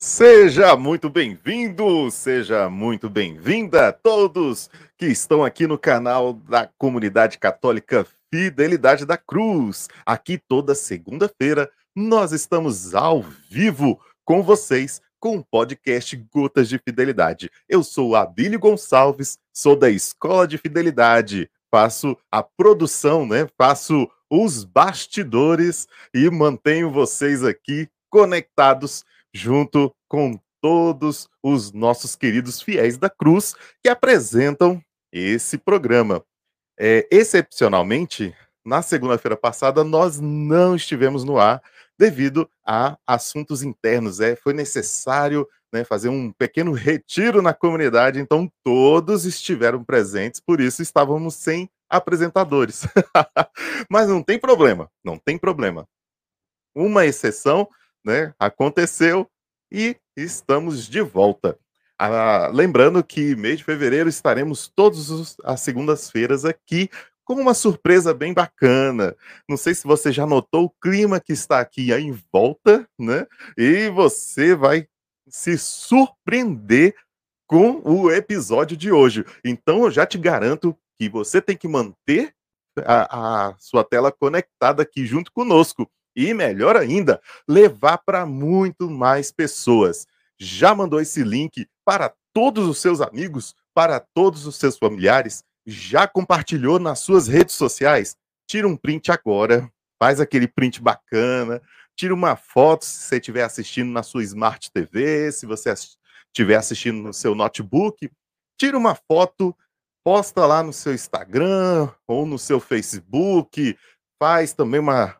Seja muito bem-vindo, seja muito bem-vinda a todos que estão aqui no canal da Comunidade Católica Fidelidade da Cruz. Aqui toda segunda-feira nós estamos ao vivo com vocês com o podcast Gotas de Fidelidade. Eu sou Abílio Gonçalves, sou da Escola de Fidelidade, faço a produção, Faço os bastidores e mantenho vocês aqui conectados junto com todos os nossos queridos fiéis da cruz que apresentam esse programa. Excepcionalmente, na segunda-feira passada, nós não estivemos no ar devido a assuntos internos. Foi necessário, fazer um pequeno retiro na comunidade, então todos estiveram presentes, por isso estávamos sem apresentadores. Mas não tem problema, não tem problema. Uma exceção, aconteceu e estamos de volta. Lembrando que mês de fevereiro estaremos todas as segundas-feiras aqui com uma surpresa bem bacana. Não sei se você já notou o clima que está aqui em volta, né? E você vai se surpreender com o episódio de hoje. Então eu já te garanto que você tem que manter a sua tela conectada aqui junto conosco. E melhor ainda, levar para muito mais pessoas. Já mandou esse link para todos os seus amigos, para todos os seus familiares? Já compartilhou nas suas redes sociais? Tira um print agora, faz aquele print bacana, tira uma foto se você estiver assistindo na sua Smart TV, se você estiver assistindo no seu notebook, tira uma foto, posta lá no seu Instagram ou no seu Facebook, faz também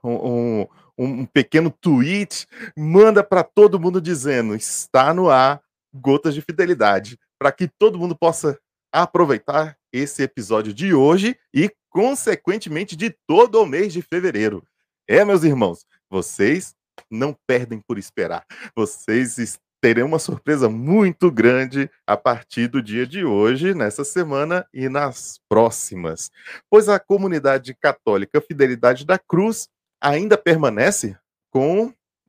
um pequeno tweet, manda para todo mundo dizendo: está no ar Gotas de Fidelidade, para que todo mundo possa aproveitar esse episódio de hoje e, consequentemente, de todo o mês de fevereiro. Meus irmãos, vocês não perdem por esperar. Vocês terão uma surpresa muito grande a partir do dia de hoje, nessa semana e nas próximas. Pois a comunidade católica Fidelidade da Cruz ainda permanece com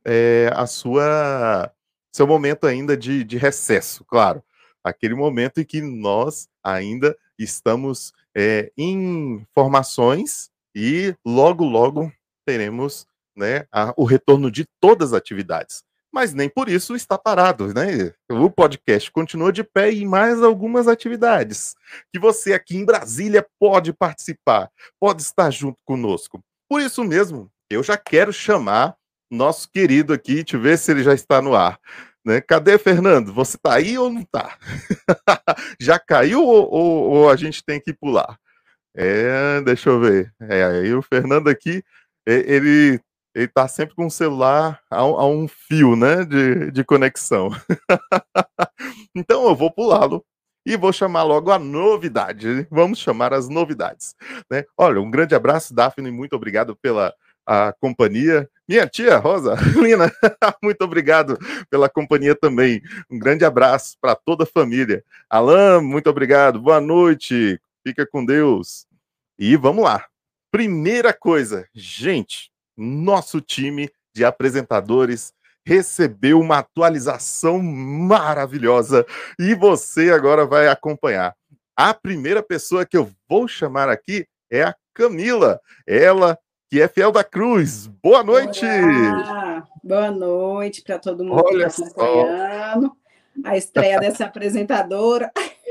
seu momento ainda de recesso, claro. Aquele momento em que nós ainda estamos em formações e logo teremos o retorno de todas as atividades. Mas nem por isso está parado, né? O podcast continua de pé e mais algumas atividades que você aqui em Brasília pode participar, pode estar junto conosco. Por isso mesmo, eu já quero chamar nosso querido aqui, deixa eu ver se ele já está no ar. Cadê, Fernando? Você está aí ou não está? Já caiu ou a gente tem que pular? Deixa eu ver. Aí o Fernando aqui, ele está sempre com o celular a um fio, de conexão. Então eu vou pulá-lo e vou chamar logo a novidade. Vamos chamar as novidades. Olha, um grande abraço, Daphne, muito obrigado pela companhia. Minha tia Rosa Lina, muito obrigado pela companhia também. Um grande abraço para toda a família. Alan, muito obrigado. Boa noite. Fica com Deus. E vamos lá. Primeira coisa, gente, nosso time de apresentadores recebeu uma atualização maravilhosa e você agora vai acompanhar. A primeira pessoa que eu vou chamar aqui é a Camila, ela que é fiel da Cruz. Boa noite! Olá. Boa noite para todo mundo que está acompanhando a estreia dessa apresentadora.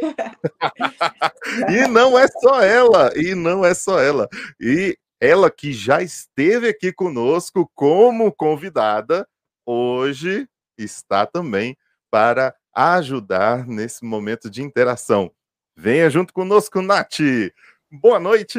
E não é só ela, E ela que já esteve aqui conosco como convidada, hoje está também para ajudar nesse momento de interação. Venha junto conosco, Nath. Boa noite!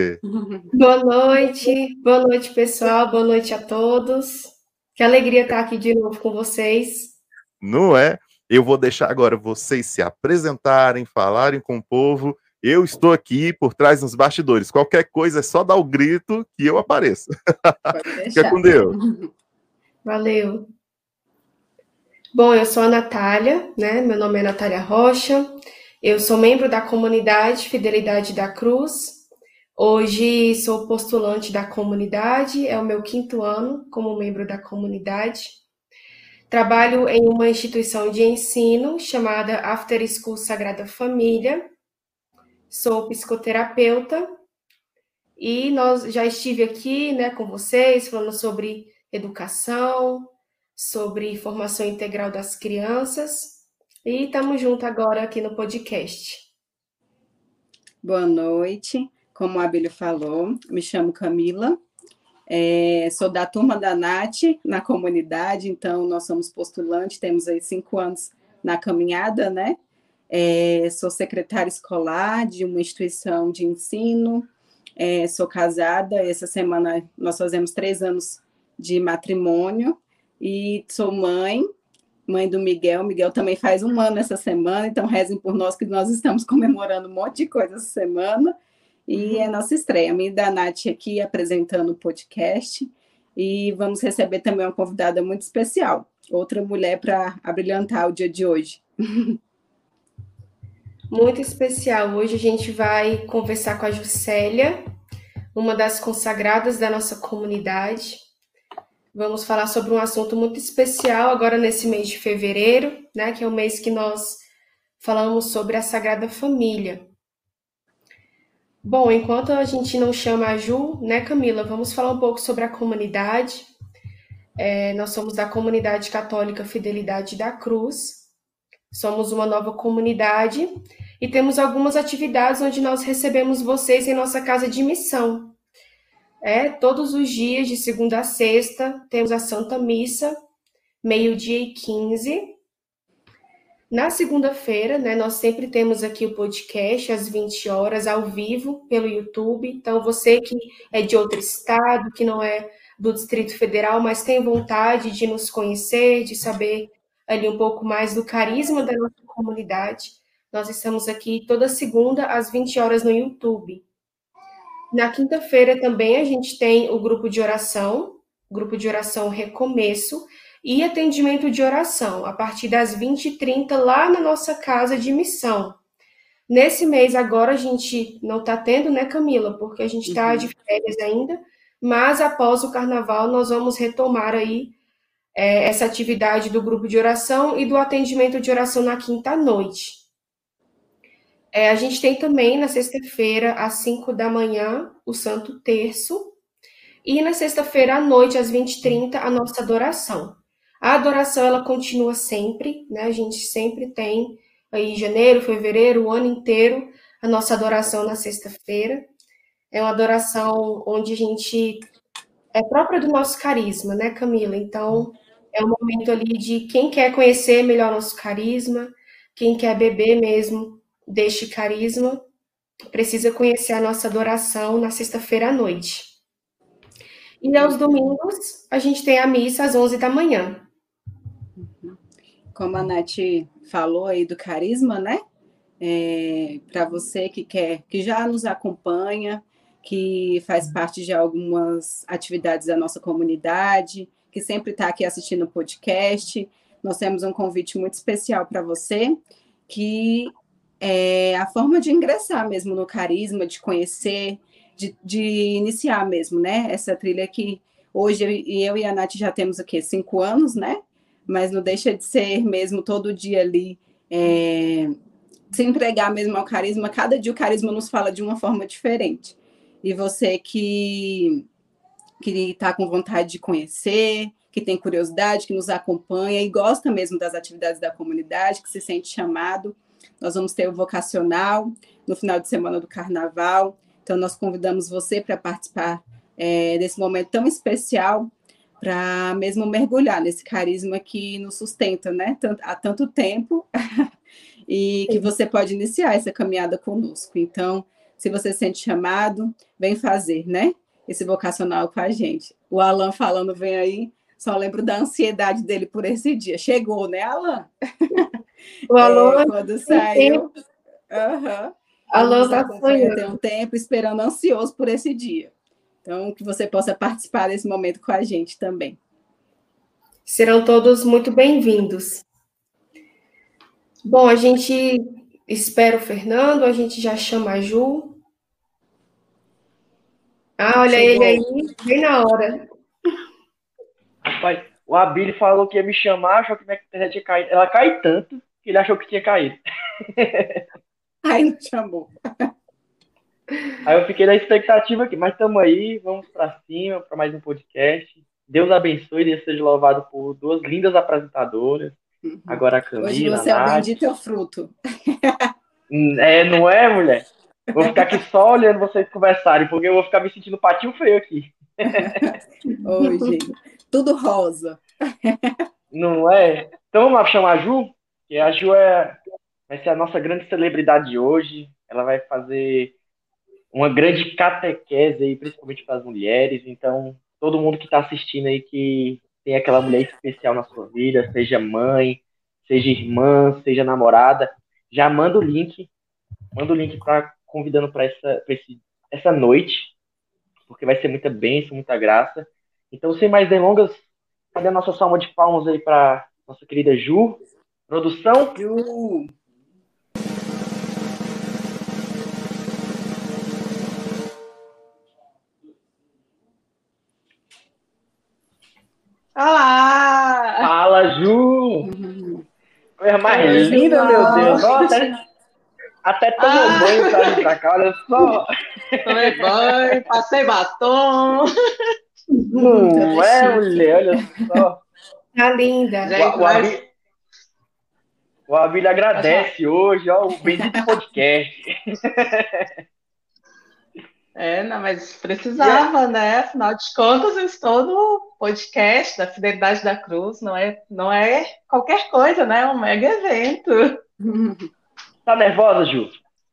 Boa noite, pessoal, boa noite a todos. Que alegria estar aqui de novo com vocês. Não é? Eu vou deixar agora vocês se apresentarem, falarem com o povo. Eu estou aqui por trás nos bastidores. Qualquer coisa é só dar o grito que eu apareço. Pode deixar. Fica com Deus. Valeu. Bom, eu sou a Natália, Meu nome é Natália Rocha. Eu sou membro da comunidade Fidelidade da Cruz. Hoje sou postulante da comunidade, é o meu 5º ano como membro da comunidade. Trabalho em uma instituição de ensino chamada After School Sagrada Família. Sou psicoterapeuta e já estive aqui, né, com vocês falando sobre educação, sobre formação integral das crianças e estamos juntos agora aqui no podcast. Boa noite, como a Abílio falou, me chamo Camila, sou da turma da Nath na comunidade, então nós somos postulantes, temos aí 5 anos na caminhada, né? Sou secretária escolar de uma instituição de ensino, sou casada, essa semana nós fazemos 3 anos de matrimônio e sou mãe do Miguel. Miguel também faz 1 ano essa semana, então rezem por nós que nós estamos comemorando um monte de coisa essa semana. E é nossa estreia. A minha e da Nath aqui apresentando o podcast. E vamos receber também uma convidada muito especial, outra mulher para abrilhantar o dia de hoje. Muito especial. Hoje a gente vai conversar com a Juscelia, uma das consagradas da nossa comunidade. Vamos falar sobre um assunto muito especial agora nesse mês de fevereiro, né, que é o mês que nós falamos sobre a Sagrada Família. Bom, enquanto a gente não chama a Ju, né, Camila, vamos falar um pouco sobre a comunidade. Nós somos da Comunidade Católica Fidelidade da Cruz. Somos uma nova comunidade e temos algumas atividades onde nós recebemos vocês em nossa casa de missão. Todos os dias, de segunda a sexta, temos a Santa Missa, 12h15. Na segunda-feira, né, nós sempre temos aqui o podcast, às 20 horas, ao vivo, pelo YouTube. Então, você que é de outro estado, que não é do Distrito Federal, mas tem vontade de nos conhecer, de saber ali um pouco mais do carisma da nossa comunidade, nós estamos aqui toda segunda, às 20 horas, no YouTube. Na quinta-feira também a gente tem o grupo de oração Recomeço e atendimento de oração, a partir das 20h30, lá na nossa casa de missão. Nesse mês agora a gente não está tendo, né, Camila? Porque a gente está de férias ainda, mas após o carnaval nós vamos retomar aí essa atividade do grupo de oração e do atendimento de oração na quinta-noite. A gente tem também, na sexta-feira, às 5 da manhã, o Santo Terço. E na sexta-feira, à noite, às 20h30, a nossa adoração. A adoração, ela continua sempre, né? A gente sempre tem, aí, janeiro, fevereiro, o ano inteiro, a nossa adoração na sexta-feira. É uma adoração onde a gente é própria do nosso carisma, né, Camila? Então, é um momento ali de quem quer conhecer melhor nosso carisma, quem quer beber mesmo deste carisma, precisa conhecer a nossa adoração na sexta-feira à noite. E aos domingos, a gente tem a missa às 11 da manhã. Como a Nath falou aí do carisma, né? Para você que já nos acompanha, que faz parte de algumas atividades da nossa comunidade, que sempre está aqui assistindo o podcast, nós temos um convite muito especial para você, que é a forma de ingressar mesmo no carisma, de conhecer, de iniciar mesmo, né? Essa trilha que hoje eu e a Nath já temos aqui 5 anos, né? Mas não deixa de ser mesmo todo dia ali, se entregar mesmo ao carisma. Cada dia o carisma nos fala de uma forma diferente. E você que está com vontade de conhecer, que tem curiosidade, que nos acompanha e gosta mesmo das atividades da comunidade, que se sente chamado, nós vamos ter o vocacional no final de semana do Carnaval. Então, nós convidamos você para participar desse momento tão especial, para mesmo mergulhar nesse carisma que nos sustenta, né, há tanto tempo, e que você pode iniciar essa caminhada conosco. Então, se você se sente chamado, vem fazer, né, esse vocacional com a gente. O Alan falando, vem aí, só lembro da ansiedade dele por esse dia. Chegou, né, Alan? O Alan, quando saiu... Alan está sonhando. Tem um tempo esperando, ansioso por esse dia. Então, que você possa participar desse momento com a gente também. Serão todos muito bem-vindos. Bom, a gente espera o Fernando, a gente já chama a Ju. Ah, olha. Chegou. Ele aí, bem na hora. O Abílio falou que ia me chamar, achou que minha internet tinha caído. Ela cai tanto que ele achou que tinha caído. Aí não chamou. Aí eu fiquei na expectativa aqui, mas estamos aí, vamos para cima, para mais um podcast. Deus abençoe e Deus seja louvado por duas lindas apresentadoras. Agora a Hoje Camila, a você é o Nath. bendito e o fruto. Não é, mulher? Vou ficar aqui só olhando vocês conversarem, porque eu vou ficar me sentindo patinho feio aqui. Hoje, tudo rosa. Não é? Então vamos lá chamar a Ju, que a Ju vai ser a nossa grande celebridade de hoje. Ela vai fazer uma grande catequese aí, principalmente para as mulheres. Então, todo mundo que está assistindo aí que tem aquela mulher especial na sua vida, seja mãe, seja irmã, seja namorada, já manda o link para convidando para essa noite, porque vai ser muita bênção, muita graça. Então, sem mais delongas, cadê a nossa salva de palmas aí para nossa querida Ju? Produção? Ju. Olá! Fala, Ju! Coisa mais Oi, linda, Ju. meu Deus! Até tomou banho pra vir pra cá, olha só! Tomei banho, passei batom. Não é, mulher? Olha só! Tá linda. Gente, O Abílio agradece hoje, ó, o bendito podcast. não, mas precisava, né? Afinal de contas, eu estou no podcast da Fidelidade da Cruz. Não é qualquer coisa, né? É um mega evento. Tá nervosa, Ju?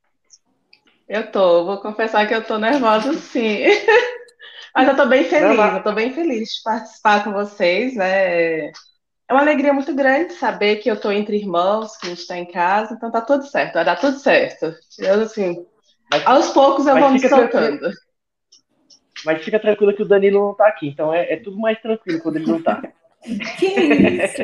Vou confessar que eu tô nervosa, sim. Mas eu tô bem feliz de participar com vocês, né? É uma alegria muito grande saber que eu tô entre irmãos, que a gente tá em casa, então tá tudo certo, vai dar tudo certo. Eu, assim, aos poucos eu vou me soltando. Mas fica tranquila que o Danilo não tá aqui, então é tudo mais tranquilo quando ele não tá. Que isso?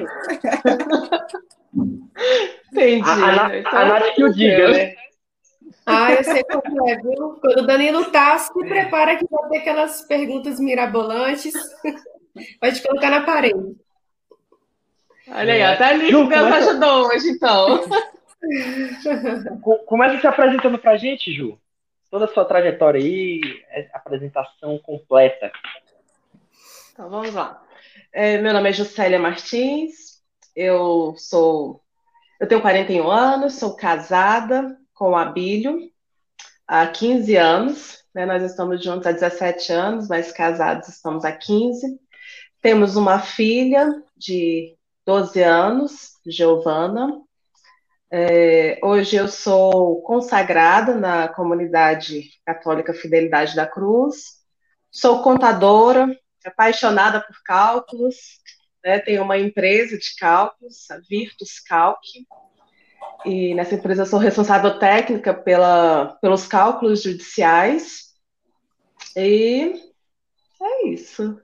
Entendi. A Nath que o diga, né? Eu sei como é, viu? Quando o Danilo tá, se prepara que vai ter aquelas perguntas mirabolantes. Vai te colocar na parede. Olha aí, até ali Deus ajudou hoje, então. Começa se apresentando pra gente, Ju. Toda a sua trajetória aí, apresentação completa. Então, vamos lá. Meu nome é Juscelia Martins, eu tenho 41 anos, sou casada com o Abílio há 15 anos, né? Nós estamos juntos há 17 anos, mas casados estamos há 15. Temos uma filha de 12 anos, Giovana. Hoje eu sou consagrada na comunidade católica Fidelidade da Cruz, sou contadora, apaixonada por cálculos, né? Tenho uma empresa de cálculos, a Virtus Calc, e nessa empresa eu sou responsável técnica pelos cálculos judiciais, e é isso.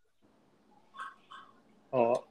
Ó.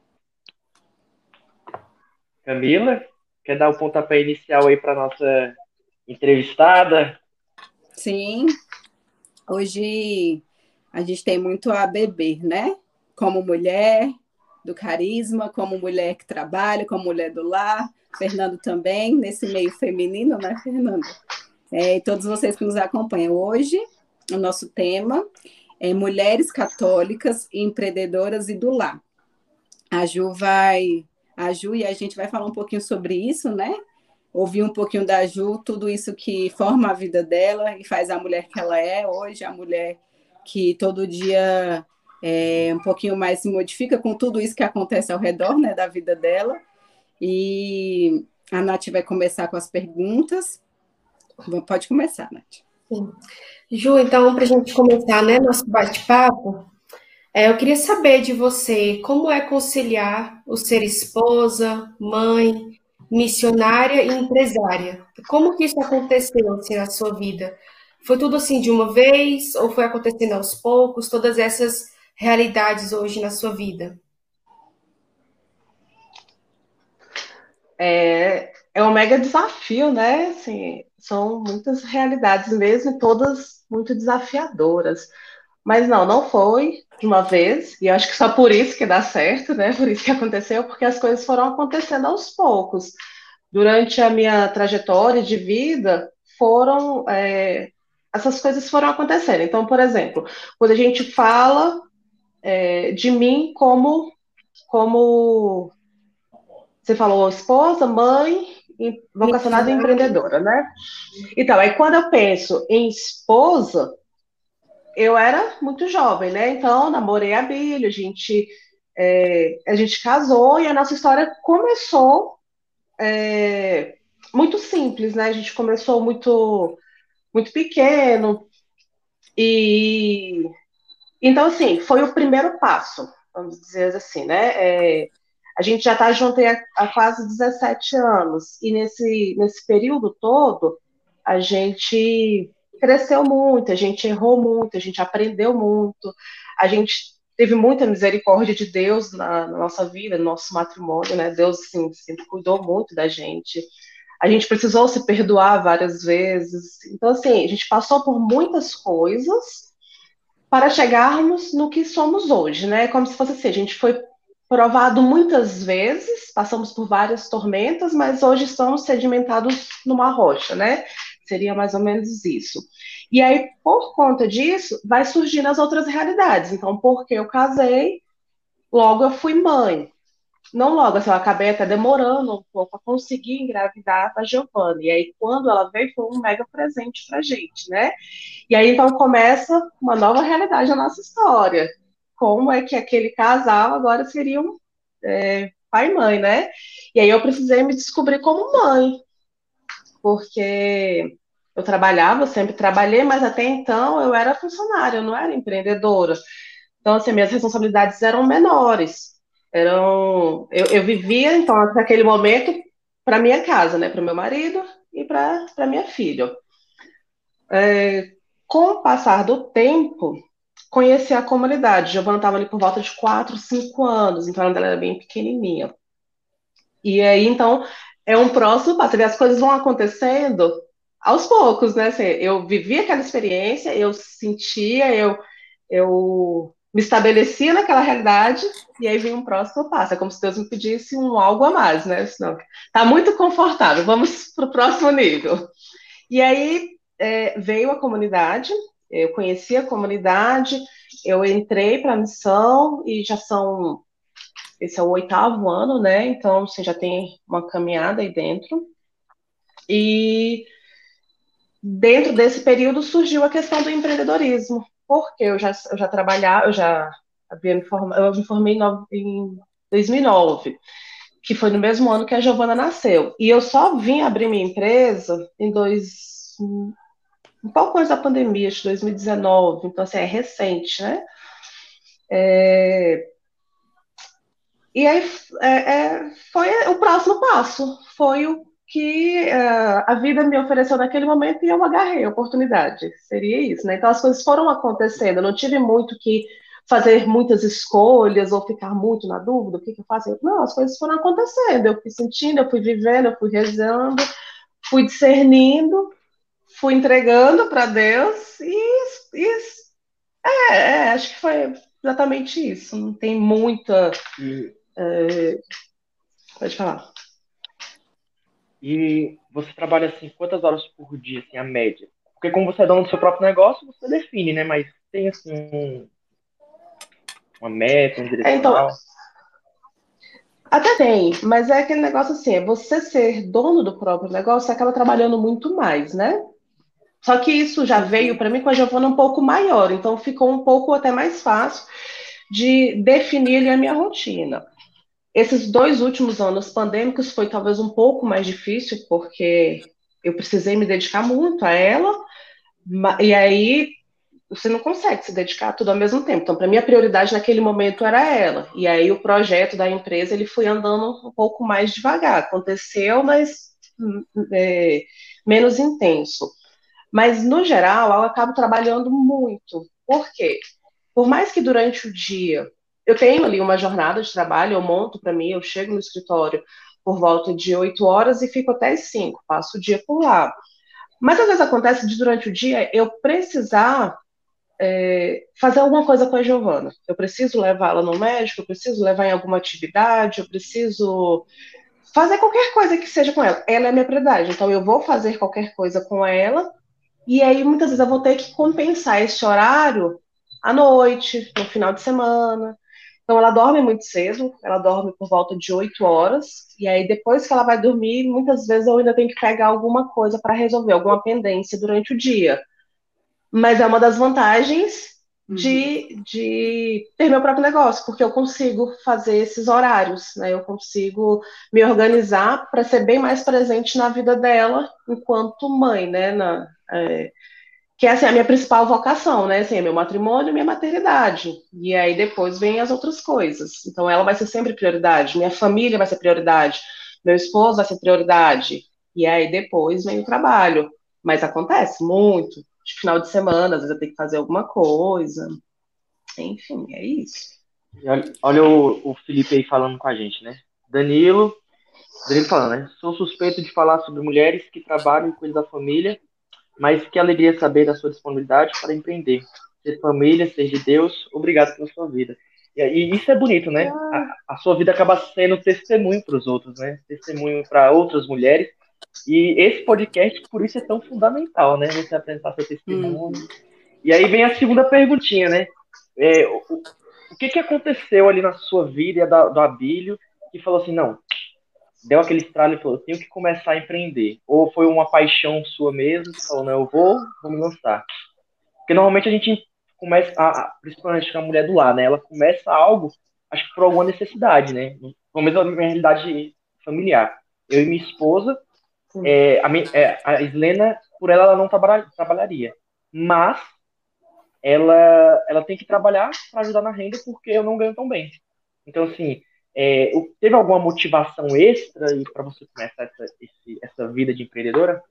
Camila, quer dar o pontapé inicial aí para nossa entrevistada? Sim. Hoje a gente tem muito a beber, né? Como mulher do carisma, como mulher que trabalha, como mulher do lar. Fernando também, nesse meio feminino, né, Fernando? E todos vocês que nos acompanham. Hoje, o nosso tema é Mulheres Católicas, Empreendedoras e do Lar. A Ju e a gente vai falar um pouquinho sobre isso, né? Ouvir um pouquinho da Ju, tudo isso que forma a vida dela e faz a mulher que ela é hoje, a mulher que todo dia um pouquinho mais se modifica com tudo isso que acontece ao redor, né, da vida dela. E a Nath vai começar com as perguntas. Pode começar, Nath. Sim. Ju, então, para a gente começar, né, nosso bate-papo, eu queria saber de você como é conciliar o ser esposa, mãe, missionária e empresária. Como que isso aconteceu assim, na sua vida? Foi tudo assim de uma vez ou foi acontecendo aos poucos? Todas essas realidades hoje na sua vida? É um mega desafio, né? Assim, são muitas realidades mesmo, e todas muito desafiadoras. Mas não foi de uma vez, e eu acho que só por isso que dá certo, né? Por isso que aconteceu, porque as coisas foram acontecendo aos poucos. Durante a minha trajetória de vida, essas coisas foram acontecendo. Então, por exemplo, quando a gente fala de mim como você falou, esposa, mãe, vocacionada e empreendedora, né? Então, aí quando eu penso em esposa, eu era muito jovem, né? Então, namorei a Bíblia, a gente casou e a nossa história começou muito simples, né? A gente começou muito, muito pequeno e então, assim, foi o primeiro passo, vamos dizer assim, né? A gente já está junto há quase 17 anos e nesse período todo a gente cresceu muito, a gente errou muito, a gente aprendeu muito, a gente teve muita misericórdia de Deus na nossa vida, no nosso matrimônio, né? Deus, assim, sempre cuidou muito da gente. A gente precisou se perdoar várias vezes. Então, assim, a gente passou por muitas coisas para chegarmos no que somos hoje, né? Como se fosse assim, a gente foi provado muitas vezes, passamos por várias tormentas, mas hoje estamos sedimentados numa rocha, né? Seria mais ou menos isso. E aí, por conta disso, vai surgindo as outras realidades. Então, porque eu casei, logo eu fui mãe. Não logo, assim, eu acabei até demorando um pouco a conseguir engravidar da Giovana. E aí, quando ela veio, foi um mega presente pra gente, né? E aí, então, começa uma nova realidade na nossa história. Como é que aquele casal agora seriam pai e mãe, né? E aí eu precisei me descobrir como mãe, porque eu trabalhava, eu sempre trabalhei, mas até então eu era funcionária, eu não era empreendedora. Então, assim, minhas responsabilidades eram menores. Eu vivia, então, naquele momento, para minha casa, né? Para o meu marido e para minha filha. Com o passar do tempo, conheci a comunidade. Giovana estava ali por volta de 4, 5 anos, então ela era bem pequenininha. E aí, então, é um próximo passo. Você vê, as coisas vão acontecendo aos poucos, né? Assim, eu vivi aquela experiência, eu sentia, eu me estabelecia naquela realidade, e aí vem um próximo passo. É como se Deus me pedisse um algo a mais, né? Senão, tá muito confortável, vamos para o próximo nível. E aí veio a comunidade, eu conheci a comunidade, eu entrei para a missão e esse é o 8º ano, né? Então você já tem uma caminhada aí dentro. E dentro desse período surgiu a questão do empreendedorismo, porque eu já trabalhava, eu me formei em 2009, que foi no mesmo ano que a Giovana nasceu. E eu só vim abrir minha empresa um pouco antes da pandemia, de 2019, então assim, é recente, né? E aí foi o próximo passo, foi o que a vida me ofereceu naquele momento e eu agarrei a oportunidade, seria isso, né? Então as coisas foram acontecendo, eu não tive muito que fazer muitas escolhas ou ficar muito na dúvida, o que eu faço? Não, as coisas foram acontecendo, eu fui sentindo, eu fui vivendo, eu fui rezando, fui discernindo, fui entregando para Deus acho que foi exatamente isso. Não tem muita. Pode falar. E você trabalha assim, quantas horas por dia, assim, a média? Porque como você é dono do seu próprio negócio, você define, né? Mas tem assim uma meta, um Então, direcional. até tem, mas é aquele negócio assim, você ser dono do próprio negócio, você acaba trabalhando muito mais, né? Só que isso já veio para mim com a Giovana um pouco maior, então ficou um pouco até mais fácil de definir ali a minha rotina. Esses 2 últimos anos pandêmicos foi talvez um pouco mais difícil, porque eu precisei me dedicar muito a ela, e aí você não consegue se dedicar a tudo ao mesmo tempo. Então, para mim, a prioridade naquele momento era ela. E aí o projeto da empresa ele foi andando um pouco mais devagar. Aconteceu, mas menos intenso. Mas, no geral, eu acabo trabalhando muito. Por quê? Por mais que durante o dia eu tenho ali uma jornada de trabalho, eu monto para mim, eu chego no escritório por volta de 8 horas e fico até as 5, passo o dia por lá. Mas às vezes acontece de durante o dia eu precisar fazer alguma coisa com a Giovana. Eu preciso levá-la no médico, eu preciso levar em alguma atividade, eu preciso fazer qualquer coisa que seja com ela. Ela é minha prioridade, então eu vou fazer qualquer coisa com ela, e aí muitas vezes eu vou ter que compensar esse horário à noite, no final de semana. Então ela dorme muito cedo, ela dorme por volta de 8 horas, e aí depois que ela vai dormir, muitas vezes eu ainda tenho que pegar alguma coisa para resolver, alguma pendência durante o dia. Mas é uma das vantagens de ter meu próprio negócio, porque eu consigo fazer esses horários, né? Eu consigo me organizar para ser bem mais presente na vida dela enquanto mãe, né? Que é assim, a minha principal vocação, né? Assim, é meu matrimônio e minha maternidade. E aí depois vem as outras coisas. Então ela vai ser sempre prioridade, minha família vai ser prioridade, meu esposo vai ser prioridade. E aí depois vem o trabalho. Mas acontece muito. De final de semana, às vezes eu tenho que fazer alguma coisa. Enfim, é isso. Olha o Felipe aí falando com a gente, né? Danilo falando, né? Sou suspeito de falar sobre mulheres que trabalham e cuidam da família, mas que alegria saber da sua disponibilidade para empreender. Ser família, ser de Deus, obrigado pela sua vida. E isso é bonito, né? A sua vida acaba sendo testemunho para os outros, né? Testemunho para outras mulheres. E esse podcast, por isso, é tão fundamental, né? Você apresentar seu testemunho. E aí vem a segunda perguntinha, né? O que aconteceu ali na sua vida, do Abílio, que falou assim, não, deu aquele estralo e falou, tenho que começar a empreender. Ou foi uma paixão sua mesmo, que falou, não, eu vou me lançar. Porque normalmente a gente começa, principalmente com a mulher do lar, né? Ela começa algo, acho que por alguma necessidade, né? Pelo menos a minha realidade familiar. Eu e minha esposa, a Islena, por ela não trabalharia. Mas ela tem que trabalhar para ajudar na renda porque eu não ganho tão bem. Então, assim, teve alguma motivação extra para você começar essa vida de empreendedora?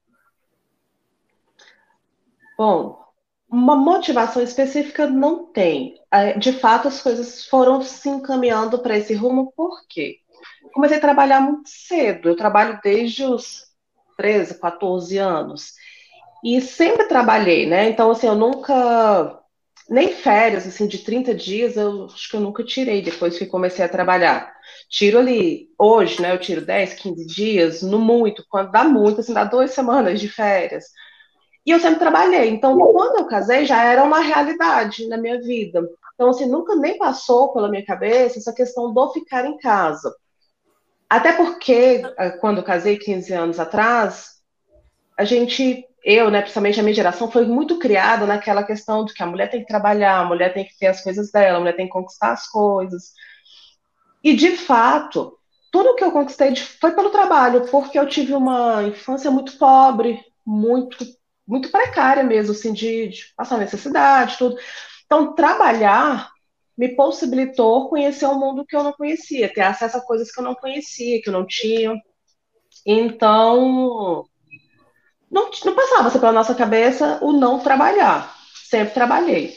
Bom, uma motivação específica não tem. De fato, as coisas foram se encaminhando para esse rumo, por quê? Comecei a trabalhar muito cedo. Eu trabalho desde os 13, 14 anos. E sempre trabalhei, né? Então, assim, eu nunca. Nem férias, assim, de 30 dias, eu acho que eu nunca tirei depois que comecei a trabalhar. Tiro ali, hoje, né? Eu tiro 10, 15 dias, no muito, quando dá muito, assim, dá 2 semanas de férias. E eu sempre trabalhei. Então, quando eu casei, já era uma realidade na minha vida. Então, assim, nunca nem passou pela minha cabeça essa questão do ficar em casa. Até porque, quando eu casei 15 anos atrás, eu, né, principalmente a minha geração, foi muito criada naquela questão de que a mulher tem que trabalhar, a mulher tem que ter as coisas dela, a mulher tem que conquistar as coisas. E, de fato, tudo que eu conquistei foi pelo trabalho, porque eu tive uma infância muito pobre, muito precária mesmo, assim, de passar necessidade, tudo. Então, trabalhar me possibilitou conhecer um mundo que eu não conhecia, ter acesso a coisas que eu não conhecia, que eu não tinha. Então, não passava pela nossa cabeça o não trabalhar. Sempre trabalhei.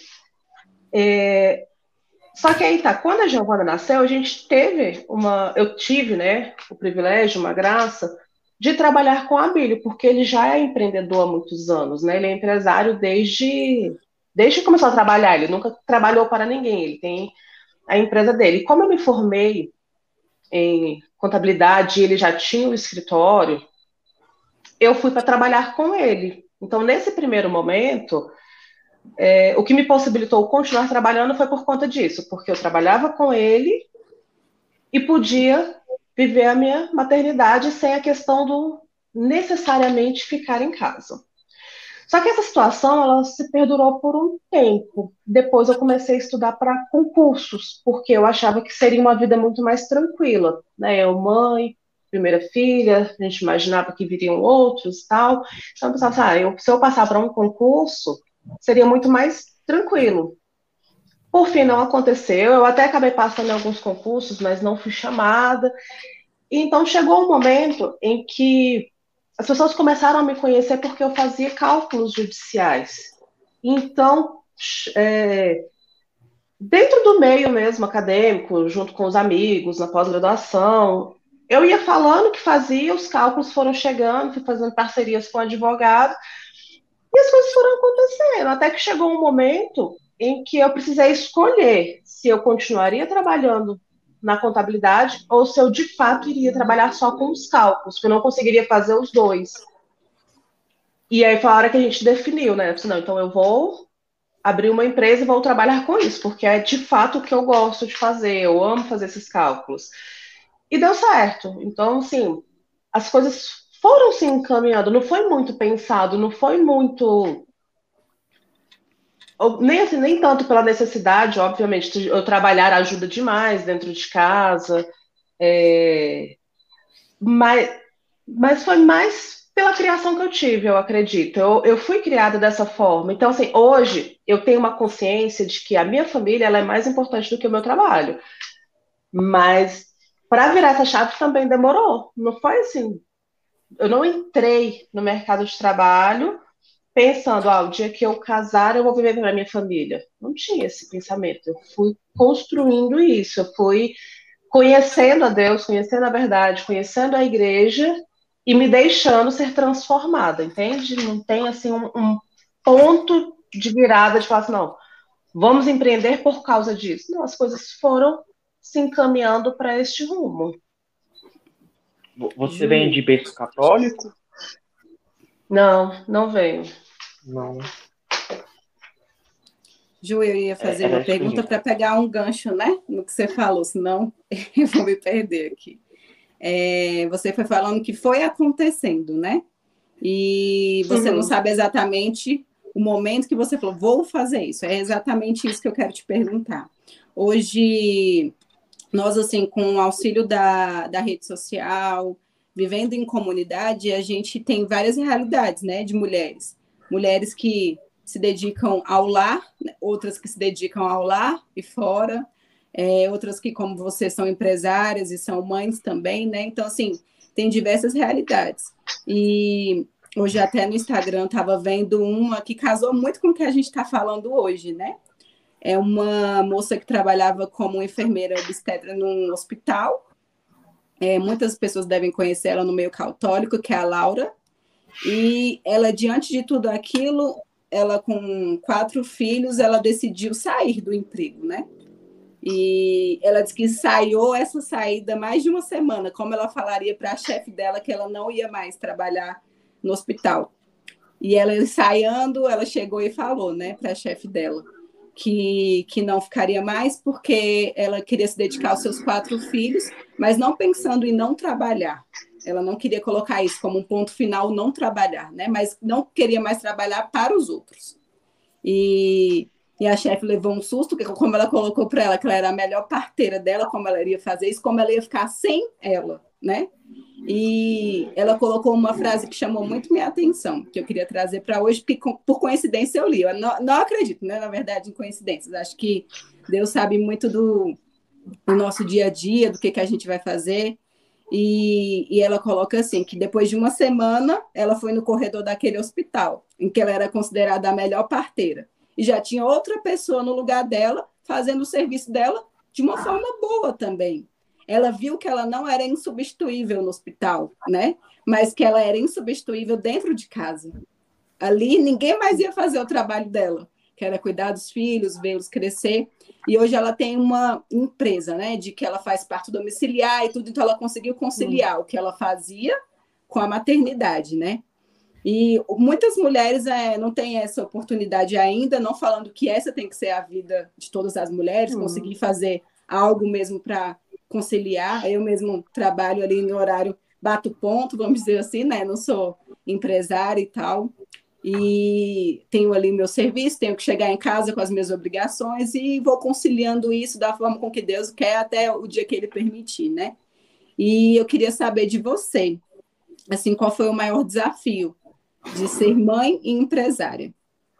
Só que aí tá, quando a Giovana nasceu, eu tive, né, o privilégio, uma graça, de trabalhar com a Abílio, porque ele já é empreendedor há muitos anos, né? Ele é empresário desde que começou a trabalhar, ele nunca trabalhou para ninguém, ele tem a empresa dele. E como eu me formei em contabilidade e ele já tinha o escritório, eu fui para trabalhar com ele. Então, nesse primeiro momento, o que me possibilitou continuar trabalhando foi por conta disso, porque eu trabalhava com ele e podia viver a minha maternidade sem a questão do necessariamente ficar em casa. Só que essa situação, ela se perdurou por um tempo. Depois eu comecei a estudar para concursos, porque eu achava que seria uma vida muito mais tranquila, né? Eu, mãe, primeira filha, a gente imaginava que viriam outros e tal. Então eu pensava assim, se eu passar para um concurso, seria muito mais tranquilo. Por fim, não aconteceu. Eu até acabei passando em alguns concursos, mas não fui chamada. E então chegou um momento em que as pessoas começaram a me conhecer porque eu fazia cálculos judiciais. Então, dentro do meio mesmo acadêmico, junto com os amigos, na pós-graduação, eu ia falando o que fazia, os cálculos foram chegando, fui fazendo parcerias com advogado, e as coisas foram acontecendo, até que chegou um momento em que eu precisei escolher se eu continuaria trabalhando na contabilidade ou se eu de fato iria trabalhar só com os cálculos, porque eu não conseguiria fazer os dois. E aí foi a hora que a gente definiu, né? Eu disse, não, então eu vou abrir uma empresa e vou trabalhar com isso, porque é de fato o que eu gosto de fazer, eu amo fazer esses cálculos. E deu certo. Então, assim, as coisas foram se encaminhando, não foi muito pensado, não foi muito. Nem assim, nem tanto pela necessidade, obviamente, eu trabalhar ajuda demais dentro de casa, mas foi mais pela criação que eu tive, eu acredito. Eu fui criada dessa forma. Então, assim, hoje eu tenho uma consciência de que a minha família ela é mais importante do que o meu trabalho. Mas para virar essa chave também demorou. Não foi assim. Eu não entrei no mercado de trabalho pensando, o dia que eu casar eu vou viver para minha família. Não tinha esse pensamento. Eu fui construindo isso. Eu fui conhecendo a Deus, conhecendo a verdade, conhecendo a igreja e me deixando ser transformada, entende? Não tem assim um ponto de virada de falar assim, não, vamos empreender por causa disso. Não, as coisas foram se encaminhando para este rumo. Você vem de berço católico? Não, não veio. Não. Ju, eu ia fazer uma pergunta para pegar um gancho, né? No que você falou, senão eu vou me perder aqui. Você foi falando que foi acontecendo, né? E você não sabe exatamente o momento que você falou, vou fazer isso. É exatamente isso que eu quero te perguntar. Hoje, nós, assim, com o auxílio da rede social, vivendo em comunidade, a gente tem várias realidades, né, de mulheres. Mulheres que se dedicam ao lar, outras que se dedicam ao lar e fora, outras que, como você, são empresárias e são mães também, né? Então, assim, tem diversas realidades. E hoje até no Instagram estava vendo uma que casou muito com o que a gente está falando hoje, né? É uma moça que trabalhava como enfermeira obstetra num hospital. Muitas pessoas devem conhecer ela no meio católico, que é a Laura. E ela, diante de tudo aquilo, ela com 4 filhos, ela decidiu sair do emprego, né? E ela disse que ensaiou essa saída mais de uma semana, como ela falaria para a chefe dela que ela não ia mais trabalhar no hospital. E ela ensaiando, ela chegou e falou, né, para a chefe dela que não ficaria mais porque ela queria se dedicar aos seus 4 filhos, mas não pensando em não trabalhar. Ela não queria colocar isso como um ponto final, não trabalhar, né? Mas não queria mais trabalhar para os outros. E a chefe levou um susto, porque como ela colocou para ela que ela era a melhor parteira dela, como ela iria fazer isso, como ela ia ficar sem ela, né? E ela colocou uma frase que chamou muito minha atenção, que eu queria trazer para hoje, porque por coincidência eu li. Eu não acredito, né, na verdade, em coincidências. Acho que Deus sabe muito do nosso dia a dia, do que a gente vai fazer. E ela coloca assim, que depois de uma semana, ela foi no corredor daquele hospital, em que ela era considerada a melhor parteira. E já tinha outra pessoa no lugar dela, fazendo o serviço dela de uma forma boa também. Ela viu que ela não era insubstituível no hospital, né? Mas que ela era insubstituível dentro de casa. Ali, ninguém mais ia fazer o trabalho dela, que era cuidar dos filhos, vê-los crescer. E hoje ela tem uma empresa, né, de que ela faz parto domiciliar e tudo, então ela conseguiu conciliar o que ela fazia com a maternidade, né? E muitas mulheres não têm essa oportunidade ainda, não falando que essa tem que ser a vida de todas as mulheres, conseguir fazer algo mesmo para conciliar. Eu mesmo trabalho ali no horário, bato ponto, vamos dizer assim, né? Não sou empresária e tal. E tenho ali meu serviço, tenho que chegar em casa com as minhas obrigações e vou conciliando isso da forma com que Deus quer até o dia que Ele permitir, né? E eu queria saber de você, assim, qual foi o maior desafio de ser mãe e empresária?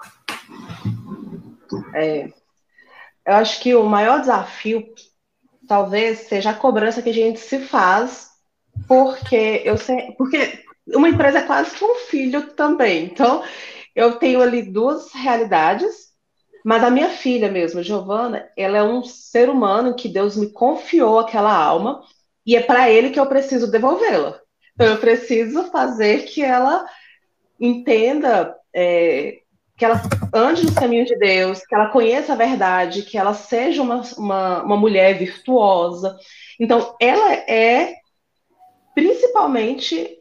Eu acho que o maior desafio talvez seja a cobrança que a gente se faz, porque uma empresa é quase que um filho também. Então, eu tenho ali 2 realidades, mas a minha filha mesmo, Giovana, ela é um ser humano que Deus me confiou aquela alma, e é para Ele que eu preciso devolvê-la. Então, eu preciso fazer que ela entenda que ela ande nos caminhos de Deus, que ela conheça a verdade, que ela seja uma mulher virtuosa. Então, ela é principalmente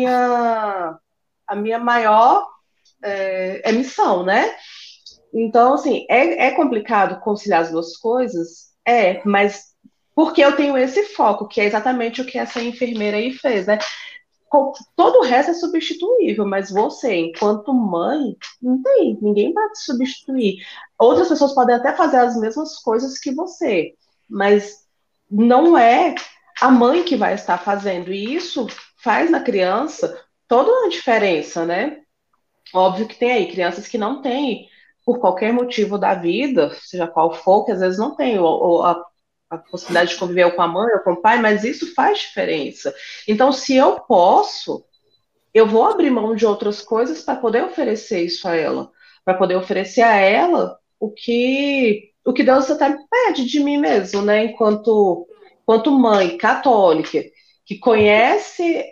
a minha maior missão, né? Então, assim, é complicado conciliar as duas coisas? Mas porque eu tenho esse foco, que é exatamente o que essa enfermeira aí fez, né? Todo o resto é substituível, mas você, enquanto mãe, não tem, ninguém vai te substituir. Outras pessoas podem até fazer as mesmas coisas que você, mas não é a mãe que vai estar fazendo. E isso faz na criança toda uma diferença, né? Óbvio que tem aí crianças que não têm, por qualquer motivo da vida, seja qual for, que às vezes não tem a possibilidade de conviver com a mãe ou com o pai, mas isso faz diferença. Então, se eu posso, eu vou abrir mão de outras coisas para poder oferecer isso a ela, para poder oferecer a ela o que Deus até pede de mim mesmo, né? Enquanto mãe católica, que conhece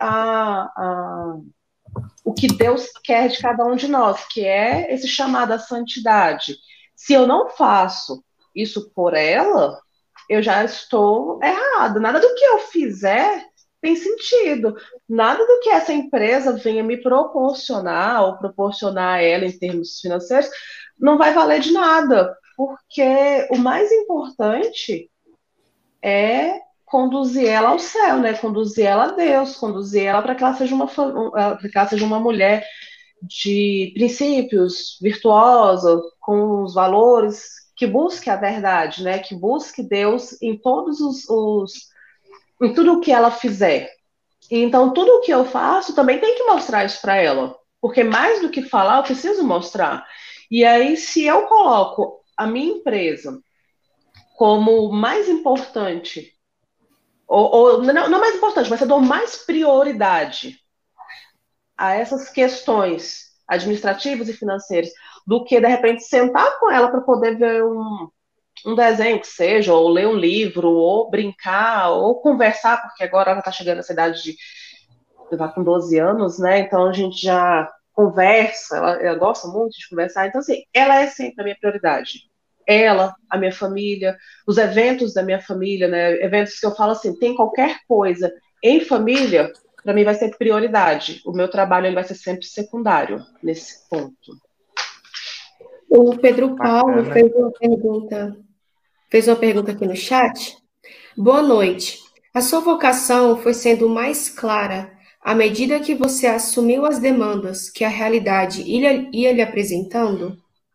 o que Deus quer de cada um de nós, que é esse chamado à santidade. Se eu não faço isso por ela, eu já estou errada. Nada do que eu fizer tem sentido. Nada do que essa empresa venha me proporcionar ou proporcionar a ela em termos financeiros não vai valer de nada, porque o mais importante é conduzir ela ao céu, né? Conduzir ela a Deus, conduzir ela para que ela seja uma mulher de princípios, virtuosa, com os valores, que busque a verdade, né? Que busque Deus em todos em tudo o que ela fizer. E então, tudo o que eu faço também tem que mostrar isso para ela, porque mais do que falar, eu preciso mostrar. E aí, se eu coloco a minha empresa como mais importante, ou não mais importante, mas eu dou mais prioridade a essas questões administrativas e financeiras do que, de repente, sentar com ela para poder ver um desenho que seja, ou ler um livro, ou brincar, ou conversar, porque agora ela está chegando nessa idade de levar com 12 anos, né? Então a gente já conversa, ela gosta muito de conversar. Então, assim, ela é sempre a minha prioridade. Ela, a minha família, os eventos da minha família, né? Eventos que eu falo assim, tem qualquer coisa em família, para mim vai ser prioridade. O meu trabalho ele vai ser sempre secundário nesse ponto. O Pedro Paulo Bacana. fez uma pergunta aqui no chat. Boa noite. A sua vocação foi sendo mais clara à medida que você assumiu as demandas que a realidade ia lhe apresentando?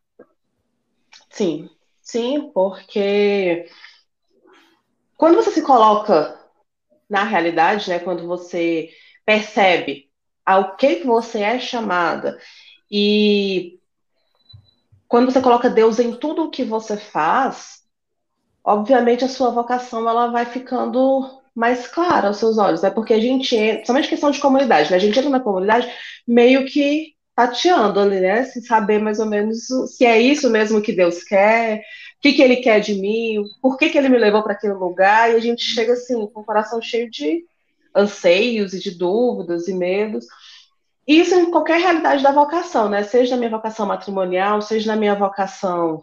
Sim, porque quando você se coloca na realidade, né, quando você percebe ao que você é chamada e quando você coloca Deus em tudo o que você faz, obviamente a sua vocação ela vai ficando mais clara aos seus olhos, né? Porque a gente entra, somente questão de comunidade, né? A gente entra na comunidade meio que tateando ali, né? Sem saber mais ou menos se é isso mesmo que Deus quer, o que ele quer de mim, por que ele me levou para aquele lugar, e a gente chega assim, com o coração cheio de anseios e de dúvidas e medos. Isso em qualquer realidade da vocação, né? Seja na minha vocação matrimonial, seja na minha vocação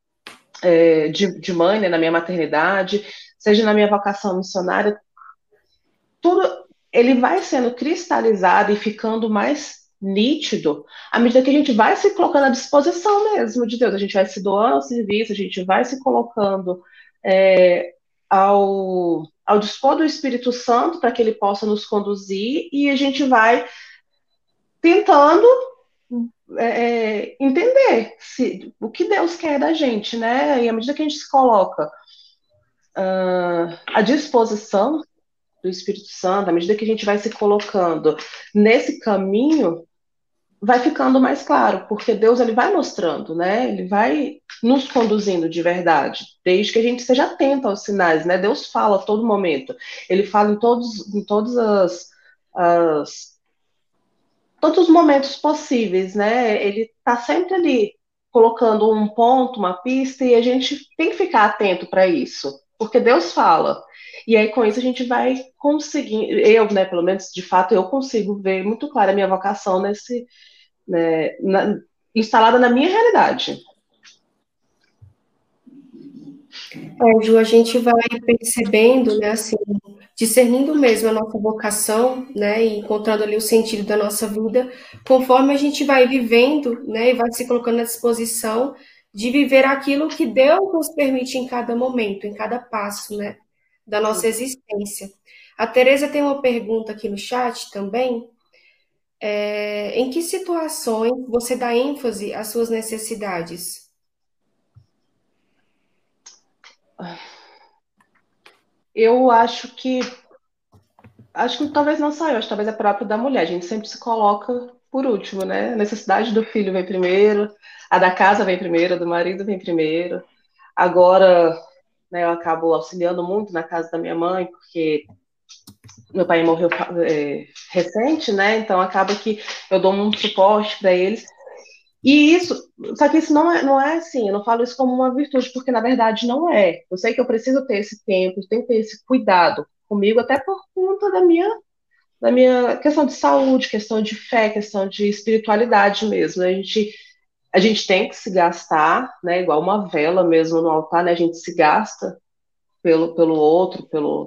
de mãe, né, na minha maternidade, seja na minha vocação missionária, tudo ele vai sendo cristalizado e ficando mais nítido à medida que a gente vai se colocando à disposição mesmo de Deus, a gente vai se doando ao serviço, a gente vai se colocando ao dispor do Espírito Santo para que ele possa nos conduzir e a gente vai tentando entender o que Deus quer da gente, né? E à medida que a gente se coloca à disposição do Espírito Santo, à medida que a gente vai se colocando nesse caminho, vai ficando mais claro, porque Deus ele vai mostrando, né? Ele vai nos conduzindo de verdade, desde que a gente esteja atento aos sinais, né? Deus fala a todo momento, ele fala em todos todos os momentos possíveis, né? Ele está sempre ali colocando um ponto, uma pista, e a gente tem que ficar atento para isso, porque Deus fala. E aí, com isso, a gente vai conseguir, eu, né, pelo menos, de fato, eu consigo ver muito claro a minha vocação instalada na minha realidade. Ju, a gente vai percebendo, né, assim, discernindo mesmo a nossa vocação, né, e encontrando ali o sentido da nossa vida, conforme a gente vai vivendo, né, e vai se colocando à disposição de viver aquilo que Deus nos permite em cada momento, em cada passo, né, da nossa existência. A Tereza tem uma pergunta aqui no chat também. Em que situações você dá ênfase às suas necessidades? Eu acho que talvez não só eu, acho que talvez é próprio da mulher. A gente sempre se coloca por último, né? A necessidade do filho vem primeiro, a da casa vem primeiro, a do marido vem primeiro. Agora, né, eu acabo auxiliando muito na casa da minha mãe, porque meu pai morreu recente, né? Então acaba que eu dou um suporte para eles. E isso, só que isso não é assim, eu não falo isso como uma virtude, porque na verdade não é. Eu sei que eu preciso ter esse tempo, tenho que ter esse cuidado comigo, até por conta da minha questão de saúde, questão de fé, questão de espiritualidade mesmo. A gente tem que se gastar, né? Igual uma vela mesmo no altar, né? A gente se gasta pelo outro,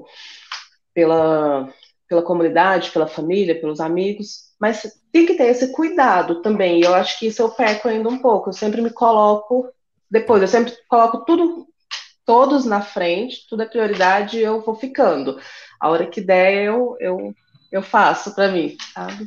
pela, pela comunidade, pela família, pelos amigos, mas tem que ter esse cuidado também. E eu acho que isso eu peco ainda um pouco. Eu sempre me coloco depois, eu sempre coloco tudo, todos na frente, tudo é prioridade e eu vou ficando. A hora que der, eu faço para mim, sabe?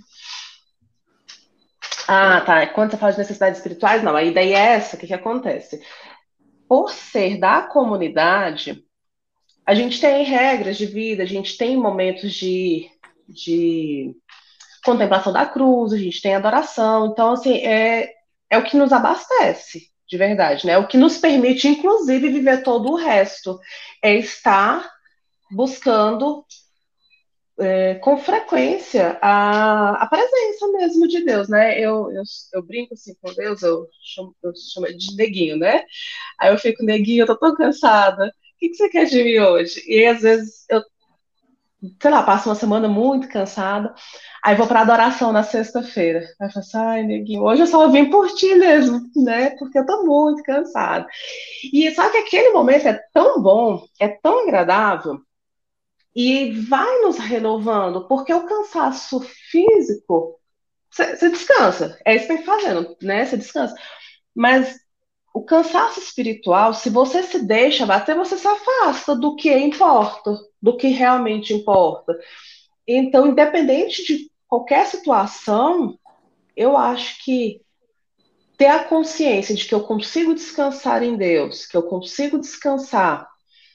Ah, tá. Quando você fala de necessidades espirituais, não. A ideia é essa, o que acontece? Por ser da comunidade, a gente tem regras de vida, a gente tem momentos de contemplação da cruz, a gente tem adoração. Então, assim, é o que nos abastece, de verdade, né? É o que nos permite, inclusive, viver todo o resto. É estar buscando com frequência a presença mesmo de Deus, né? Eu brinco assim com Deus, eu chamo ele de neguinho, né? Aí eu fico, neguinho, eu tô tão cansada. O que você quer de mim hoje? E às vezes eu, sei lá, passo uma semana muito cansada, aí vou pra adoração na sexta-feira. Aí eu falo assim, ai, neguinho, hoje eu só vim por ti mesmo, né? Porque eu tô muito cansada. E só que aquele momento é tão bom, é tão agradável, e vai nos renovando, porque o cansaço físico, você descansa, é isso que você tá fazendo, né? Você descansa. Mas o cansaço espiritual, se você se deixa bater, você se afasta do que importa, do que realmente importa. Então, independente de qualquer situação, eu acho que ter a consciência de que eu consigo descansar em Deus, que eu consigo descansar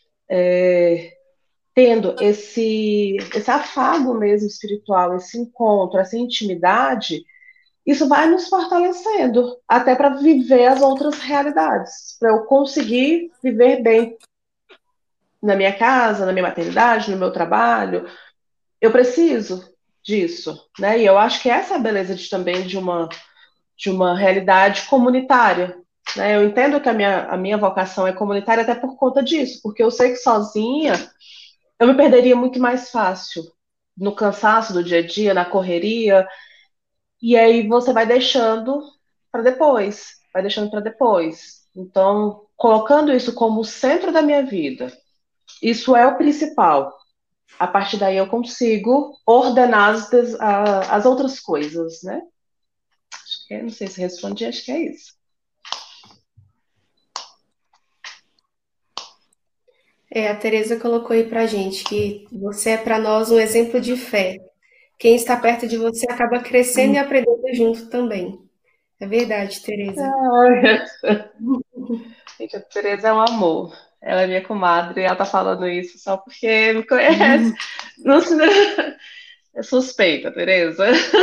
tendo esse afago mesmo espiritual, esse encontro, essa intimidade, isso vai nos fortalecendo, até para viver as outras realidades, para eu conseguir viver bem na minha casa, na minha maternidade, no meu trabalho. Eu preciso disso, né? E eu acho que essa é a beleza também de uma realidade comunitária, né? Eu entendo que a minha vocação é comunitária até por conta disso, porque eu sei que sozinha eu me perderia muito mais fácil no cansaço do dia a dia, na correria, e aí você vai deixando para depois, vai deixando para depois. Então, colocando isso como o centro da minha vida, isso é o principal. A partir daí eu consigo ordenar as outras coisas, né? Não sei se respondi, acho que é isso. A Tereza colocou aí pra gente que você é para nós um exemplo de fé. Quem está perto de você acaba crescendo e aprendendo junto também. É verdade, Tereza. Gente, a Tereza é um amor. Ela é minha comadre e ela tá falando isso só porque me conhece. Não se... É suspeita, Tereza.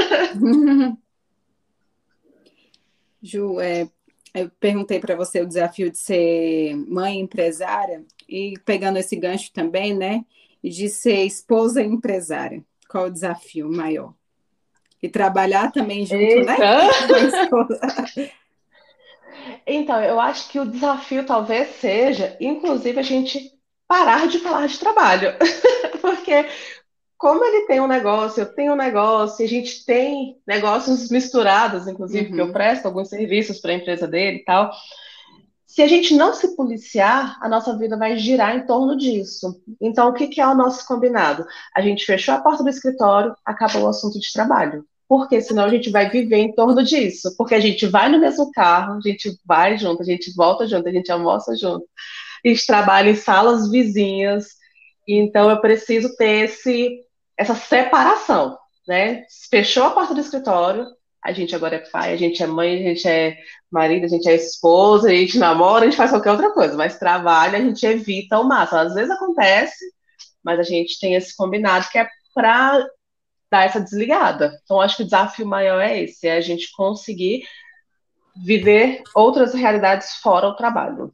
Ju, eu perguntei para você o desafio de ser mãe empresária e pegando esse gancho também, né? E de ser esposa empresária. Qual o desafio maior? E trabalhar também junto, né? Eita! Com a esposa. Então, eu acho que o desafio talvez seja, inclusive, a gente parar de falar de trabalho. Porque como ele tem um negócio, eu tenho um negócio, e a gente tem negócios misturados, inclusive, que eu presto alguns serviços para a empresa dele e tal. Se a gente não se policiar, a nossa vida vai girar em torno disso. Então, o que que é o nosso combinado? A gente fechou a porta do escritório, acabou o assunto de trabalho. Porque senão a gente vai viver em torno disso. Porque a gente vai no mesmo carro, a gente vai junto, a gente volta junto, a gente almoça junto. A gente trabalha em salas vizinhas. Então, eu preciso ter essa separação, né? Fechou a porta do escritório, a gente agora é pai, a gente é mãe, a gente é marido, a gente é esposa, a gente namora, a gente faz qualquer outra coisa, mas trabalho a gente evita ao máximo. Às vezes acontece, mas a gente tem esse combinado que é para dar essa desligada. Então, acho que o desafio maior é esse, é a gente conseguir viver outras realidades fora o trabalho.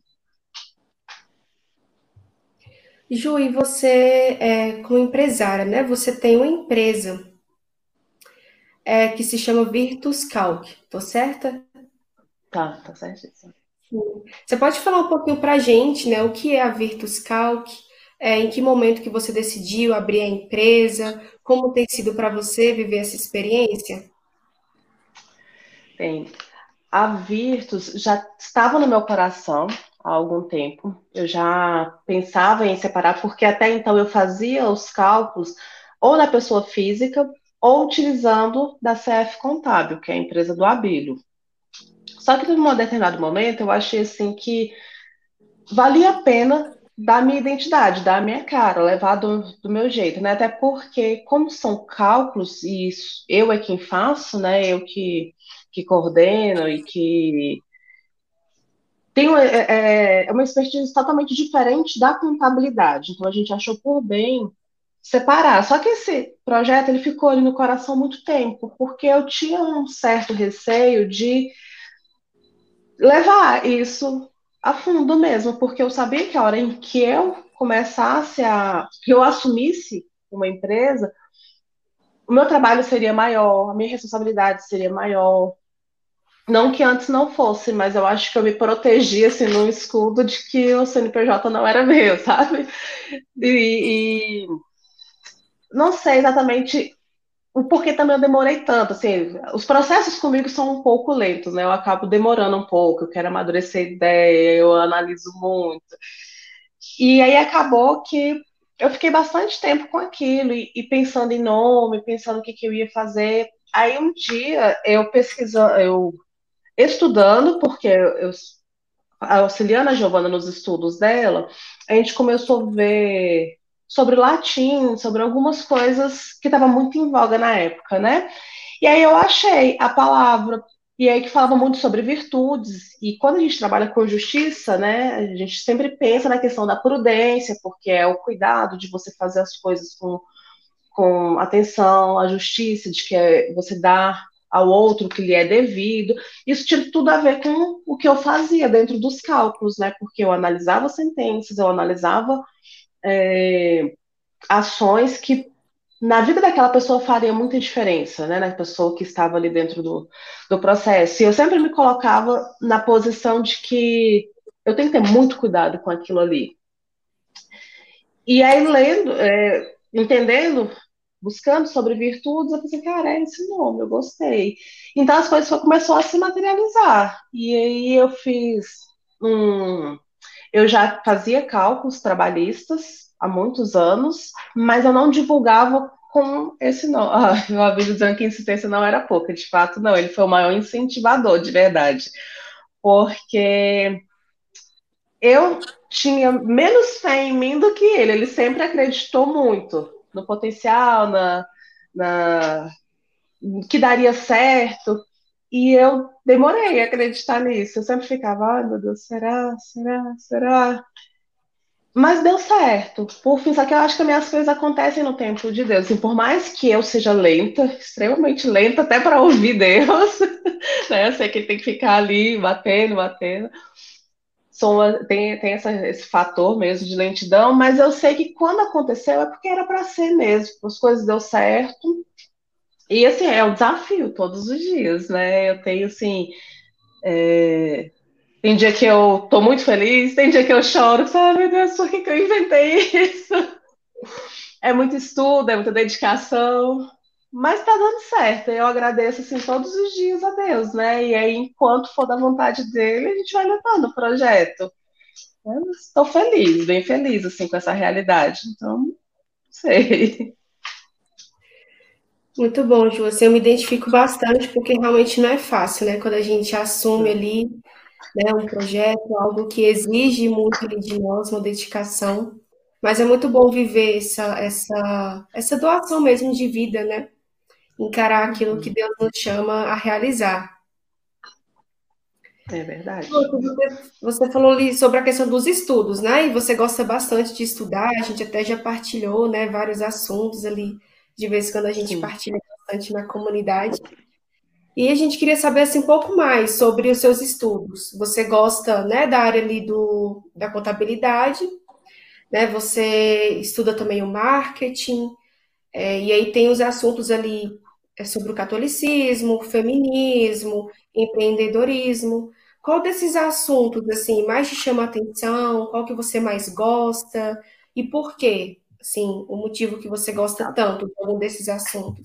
Ju, e você, como empresária, né? Você tem uma empresa que se chama Virtus Calc, tô certa? Tá certíssimo. Você pode falar um pouquinho para a gente, né? O que é a Virtus Calc? Em que momento que você decidiu abrir a empresa? Como tem sido para você viver essa experiência? Bem, a Virtus já estava no meu coração há algum tempo. Eu já pensava em separar, porque até então eu fazia os cálculos ou na pessoa física ou utilizando da CF Contábil, que é a empresa do Abílio. Só que num determinado momento eu achei assim que valia a pena dar a minha identidade, dar a minha cara, levar do meu jeito, né? Até porque, como são cálculos, e isso, eu é quem faço, né? Eu que coordeno e que tenho uma expertise totalmente diferente da contabilidade. Então, a gente achou por bem separar. Só que esse projeto ele ficou ali no coração muito tempo, porque eu tinha um certo receio de levar isso a fundo mesmo, porque eu sabia que a hora em que eu que eu assumisse uma empresa, o meu trabalho seria maior, a minha responsabilidade seria maior. Não que antes não fosse, mas eu acho que eu me protegi assim, num escudo de que o CNPJ não era meu, sabe? E não sei exatamente o porquê também eu demorei tanto. Assim, os processos comigo são um pouco lentos, né? Eu acabo demorando um pouco, eu quero amadurecer a ideia, eu analiso muito. E aí acabou que eu fiquei bastante tempo com aquilo e pensando em nome, pensando o que, que eu ia fazer. Aí um dia eu estudando, porque eu auxiliando a Giovana nos estudos dela, a gente começou a ver sobre latim, sobre algumas coisas que estavam muito em voga na época, né? E aí eu achei a palavra, e aí que falava muito sobre virtudes, e quando a gente trabalha com justiça, né, a gente sempre pensa na questão da prudência, porque é o cuidado de você fazer as coisas com atenção, a justiça, de que você dá ao outro que lhe é devido. Isso tinha tudo a ver com o que eu fazia dentro dos cálculos, né? Porque eu analisava sentenças, eu analisava ações que na vida daquela pessoa faria muita diferença, né? Na pessoa que estava ali dentro do processo. E eu sempre me colocava na posição de que eu tenho que ter muito cuidado com aquilo ali. E aí, lendo, entendendo, buscando sobre virtudes, eu pensei, cara, é esse nome, eu gostei. Então as coisas começaram a se materializar. E aí eu fiz eu já fazia cálculos trabalhistas há muitos anos, mas eu não divulgava com esse nome. Eu aviso dizendo que a insistência não era pouca, de fato, não. Ele foi o maior incentivador, de verdade. Porque eu tinha menos fé em mim do que ele. Ele sempre acreditou muito no potencial, na que daria certo. E eu demorei a acreditar nisso. Eu sempre ficava, ai meu Deus, será, será, será? Mas deu certo. Por fim, só que eu acho que as minhas coisas acontecem no tempo de Deus. E por mais que eu seja lenta, extremamente lenta, até para ouvir Deus, né? Eu sei que ele tem que ficar ali batendo, batendo. Tem esse fator mesmo de lentidão, mas eu sei que quando aconteceu é porque era para ser mesmo. As coisas deu certo. E assim, é um desafio todos os dias, né? Eu tenho assim. Tem dia que eu tô muito feliz, tem dia que eu choro, sabe, meu Deus, por que eu inventei isso? É muito estudo, é muita dedicação, mas está dando certo. Eu agradeço assim todos os dias a Deus, né? E aí, enquanto for da vontade dele, a gente vai levando o projeto. Eu estou feliz, bem feliz assim com essa realidade. Então, não sei. Muito bom, Ju. Assim, eu me identifico bastante porque realmente não é fácil, né? Quando a gente assume ali, né, um projeto, algo que exige muito ali de nós, uma dedicação. Mas é muito bom viver essa doação mesmo de vida, né? Encarar aquilo que Deus nos chama a realizar. É verdade. Você falou ali sobre a questão dos estudos, né? E você gosta bastante de estudar, a gente até já partilhou, né, vários assuntos ali, de vez em quando a gente Sim. partilha bastante na comunidade. E a gente queria saber assim, um pouco mais sobre os seus estudos. Você gosta, né, da área ali da contabilidade, né? Você estuda também o marketing, e aí tem os assuntos ali sobre o catolicismo, o feminismo, empreendedorismo. Qual desses assuntos assim mais te chama a atenção? Qual que você mais gosta? E por quê? Assim, o motivo que você gosta tanto de algum desses assuntos?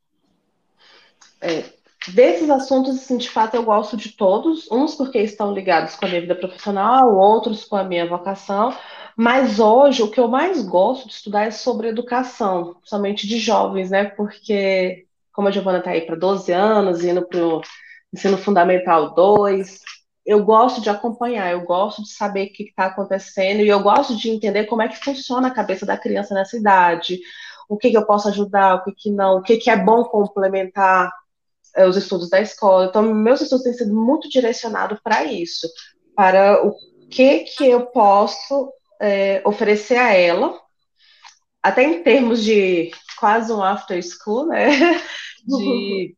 Desses assuntos, assim, de fato, eu gosto de todos, uns porque estão ligados com a minha vida profissional, outros com a minha vocação, mas hoje o que eu mais gosto de estudar é sobre educação, principalmente de jovens, né? Porque, como a Giovana está aí para 12 anos, indo para o ensino fundamental 2, eu gosto de acompanhar, eu gosto de saber o que está acontecendo e eu gosto de entender como é que funciona a cabeça da criança nessa idade, o que que eu posso ajudar, o que que não, o que que é bom complementar os estudos da escola. Então, meus estudos têm sido muito direcionados para isso, para o que eu posso oferecer a ela, até em termos de quase um after school, né? De,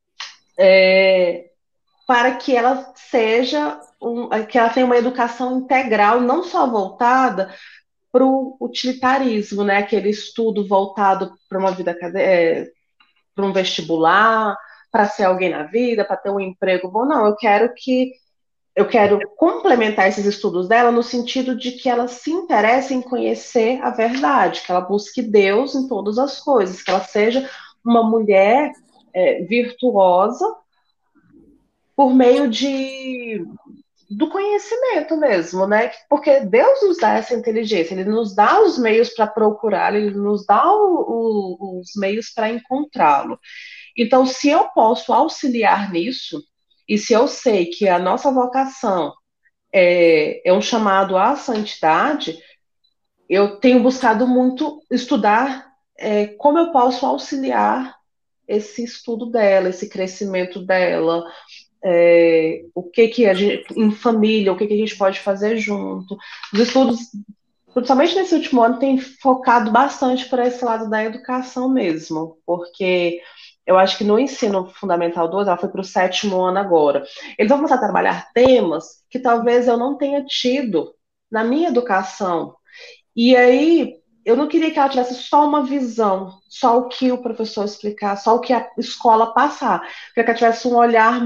para que ela seja que ela tenha uma educação integral, não só voltada para o utilitarismo, né? Aquele estudo voltado para uma vida para um vestibular, para ser alguém na vida, para ter um emprego bom. Não, eu quero complementar esses estudos dela no sentido de que ela se interesse em conhecer a verdade, que ela busque Deus em todas as coisas, que ela seja uma mulher virtuosa por meio do conhecimento mesmo, né? Porque Deus nos dá essa inteligência, Ele nos dá os meios para procurar, Ele nos dá os meios para encontrá-lo. Então, se eu posso auxiliar nisso, e se eu sei que a nossa vocação é um chamado à santidade, eu tenho buscado muito estudar como eu posso auxiliar esse estudo dela, esse crescimento dela, o que a gente, em família, o que a gente pode fazer junto. Os estudos, principalmente nesse último ano, tem focado bastante para esse lado da educação mesmo, porque eu acho que no ensino fundamental 2, ela foi para o 7º ano agora. Eles vão começar a trabalhar temas que talvez eu não tenha tido na minha educação. E aí, eu não queria que ela tivesse só uma visão, só o que o professor explicar, só o que a escola passar. Eu queria que ela tivesse um olhar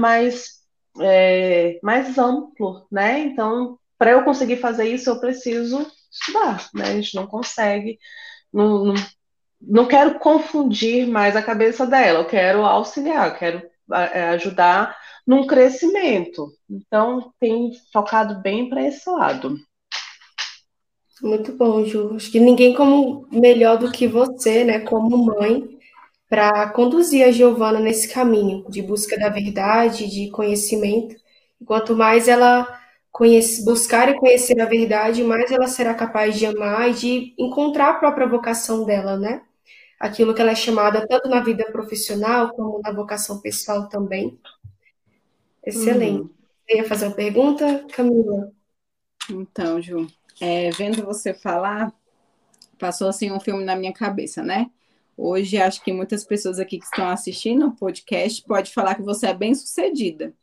mais amplo, né? Então, para eu conseguir fazer isso, eu preciso estudar, né? A gente não consegue, não, não, não quero confundir mais a cabeça dela, eu quero auxiliar, eu quero ajudar num crescimento. Então, tem focado bem para esse lado. Muito bom, Ju. Acho que ninguém como melhor do que você, né, como mãe, para conduzir a Giovana nesse caminho de busca da verdade, de conhecimento. E quanto mais ela buscar e conhecer a verdade, mais ela será capaz de amar e de encontrar a própria vocação dela, né? Aquilo que ela é chamada tanto na vida profissional como na vocação pessoal também. Excelente. Você ia fazer uma pergunta, Camila? Então, Ju, vendo você falar, passou assim um filme na minha cabeça, né? Hoje, acho que muitas pessoas aqui que estão assistindo o podcast podem falar que você é bem-sucedida.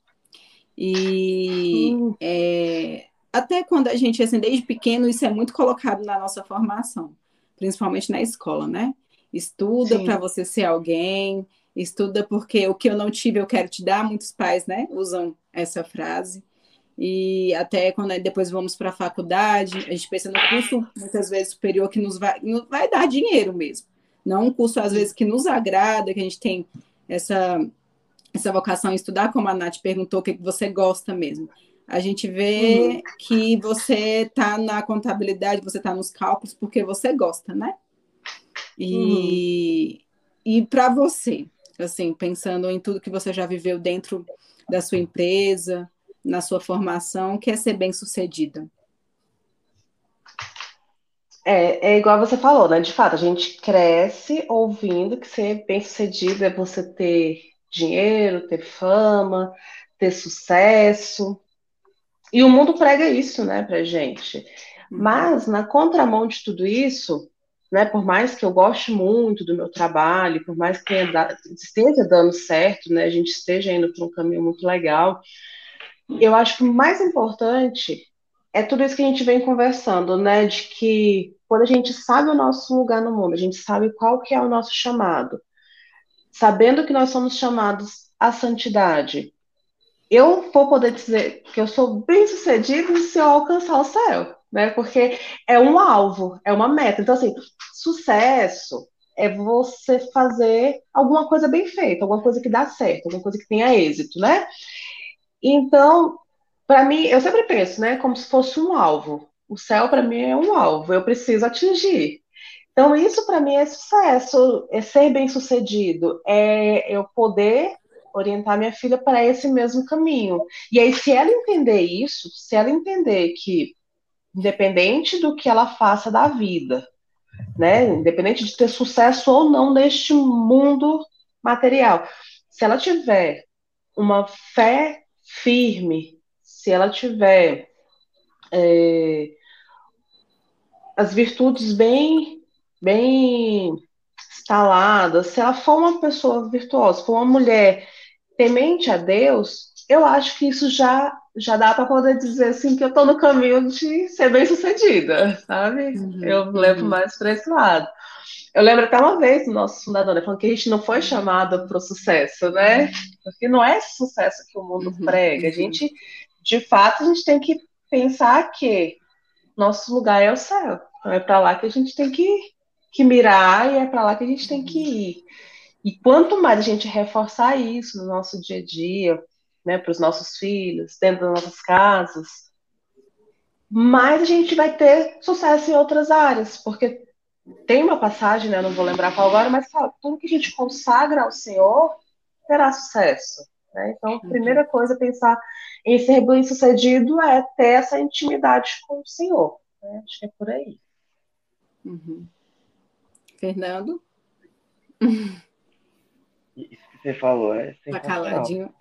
E até quando a gente, assim, desde pequeno, isso é muito colocado na nossa formação, principalmente na escola, né? Estuda para você ser alguém, estuda porque o que eu não tive eu quero te dar. Muitos pais, né, usam essa frase. E até quando depois vamos para a faculdade, a gente pensa no curso, muitas vezes, superior, que nos vai dar dinheiro mesmo. Não um curso, às vezes, que nos agrada, que a gente tem essa vocação em estudar, como a Nath perguntou, o que você gosta mesmo. A gente vê que você está na contabilidade, você está nos cálculos, porque você gosta, né? E para você, assim, pensando em tudo que você já viveu dentro da sua empresa, na sua formação, quer ser bem-sucedida? É igual você falou, né? De fato, a gente cresce ouvindo que ser bem-sucedido é você ter dinheiro, ter fama, ter sucesso. E o mundo prega isso, né, pra gente. Mas, na contramão de tudo isso, né, por mais que eu goste muito do meu trabalho, por mais que esteja dando certo, né, a gente esteja indo por um caminho muito legal, eu acho que o mais importante é tudo isso que a gente vem conversando, né, de que quando a gente sabe o nosso lugar no mundo, a gente sabe qual que é o nosso chamado, sabendo que nós somos chamados à santidade, eu vou poder dizer que eu sou bem-sucedido se eu alcançar o céu, né? Porque é um alvo, é uma meta. Então, assim, sucesso é você fazer alguma coisa bem feita, alguma coisa que dá certo, alguma coisa que tenha êxito, né? Então, para mim, eu sempre penso, né, como se fosse um alvo. O céu, para mim, é um alvo, eu preciso atingir. Então, isso para mim é sucesso, é ser bem-sucedido, é eu poder orientar minha filha para esse mesmo caminho. E aí, se ela entender isso, se ela entender que, independente do que ela faça da vida, né, independente de ter sucesso ou não neste mundo material, se ela tiver uma fé firme, se ela tiver as virtudes bem instalada, se ela for uma pessoa virtuosa, for uma mulher temente a Deus, eu acho que isso já dá para poder dizer assim que eu estou no caminho de ser bem-sucedida, sabe? Eu levo mais para esse lado. Eu lembro até uma vez do nosso fundador, né, falando que a gente não foi chamado para o sucesso, né? Porque não é esse sucesso que o mundo prega. A gente, de fato, a gente tem que pensar que nosso lugar é o céu. Então é para lá que a gente tem que mirar e é para lá que a gente tem que ir. E quanto mais a gente reforçar isso no nosso dia a dia, né, para os nossos filhos, dentro das nossas casas, mais a gente vai ter sucesso em outras áreas, porque tem uma passagem, né, eu não vou lembrar qual agora, mas fala, tudo que a gente consagra ao Senhor terá sucesso. Né? Então, a primeira coisa a pensar em ser bem-sucedido é ter essa intimidade com o Senhor. Né? Acho que é por aí. Fernando? Isso que você falou é Tá sensacional. caladinho.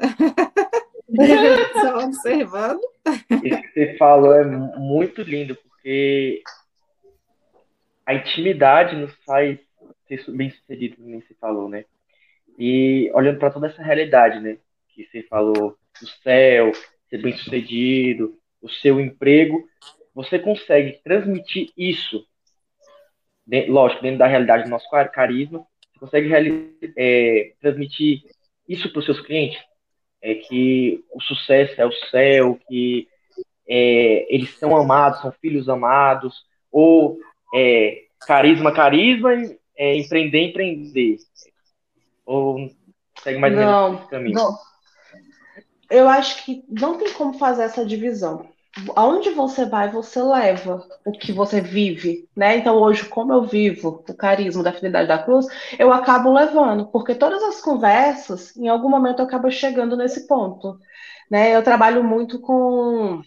Só observando. Isso que você falou é muito lindo, porque a intimidade nos faz ser bem-sucedido, como você falou, né? E olhando para toda essa realidade, né? Que você falou do céu, ser bem-sucedido, o seu emprego, você consegue transmitir isso, lógico, dentro da realidade do nosso carisma, você consegue transmitir isso para os seus clientes, que o sucesso é o céu, que eles são amados, são filhos amados, ou carisma, empreender, empreender. Ou segue mais ou menos esse caminho? Não. Eu acho que não tem como fazer essa divisão. Aonde você vai, você leva o que você vive, né? Então, hoje, como eu vivo o carisma da Fidelidade da Cruz, eu acabo levando, porque todas as conversas, em algum momento, eu acabo chegando nesse ponto, né? Eu trabalho muito com...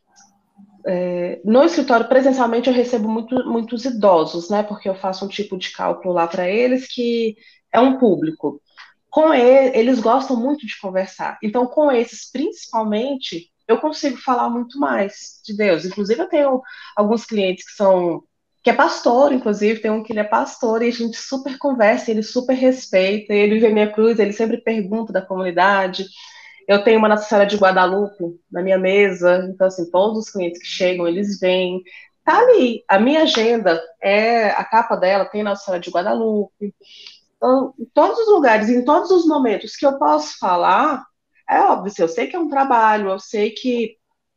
no escritório, presencialmente, eu recebo muitos idosos, né? Porque eu faço um tipo de cálculo lá para eles que é um público. Com eles gostam muito de conversar. Então, com esses, principalmente, eu consigo falar muito mais de Deus. Inclusive, eu tenho alguns clientes que é pastor, inclusive, tem um que ele é pastor, e a gente super conversa, ele super respeita, ele vê minha cruz, ele sempre pergunta da comunidade. Eu tenho uma Nossa Senhora de Guadalupe na minha mesa, então, assim, todos os clientes que chegam, eles vêm. Tá ali, a minha agenda, a capa dela tem Nossa Senhora de Guadalupe. Então, em todos os lugares, em todos os momentos que eu posso falar, é óbvio, eu sei que é um trabalho, eu sei que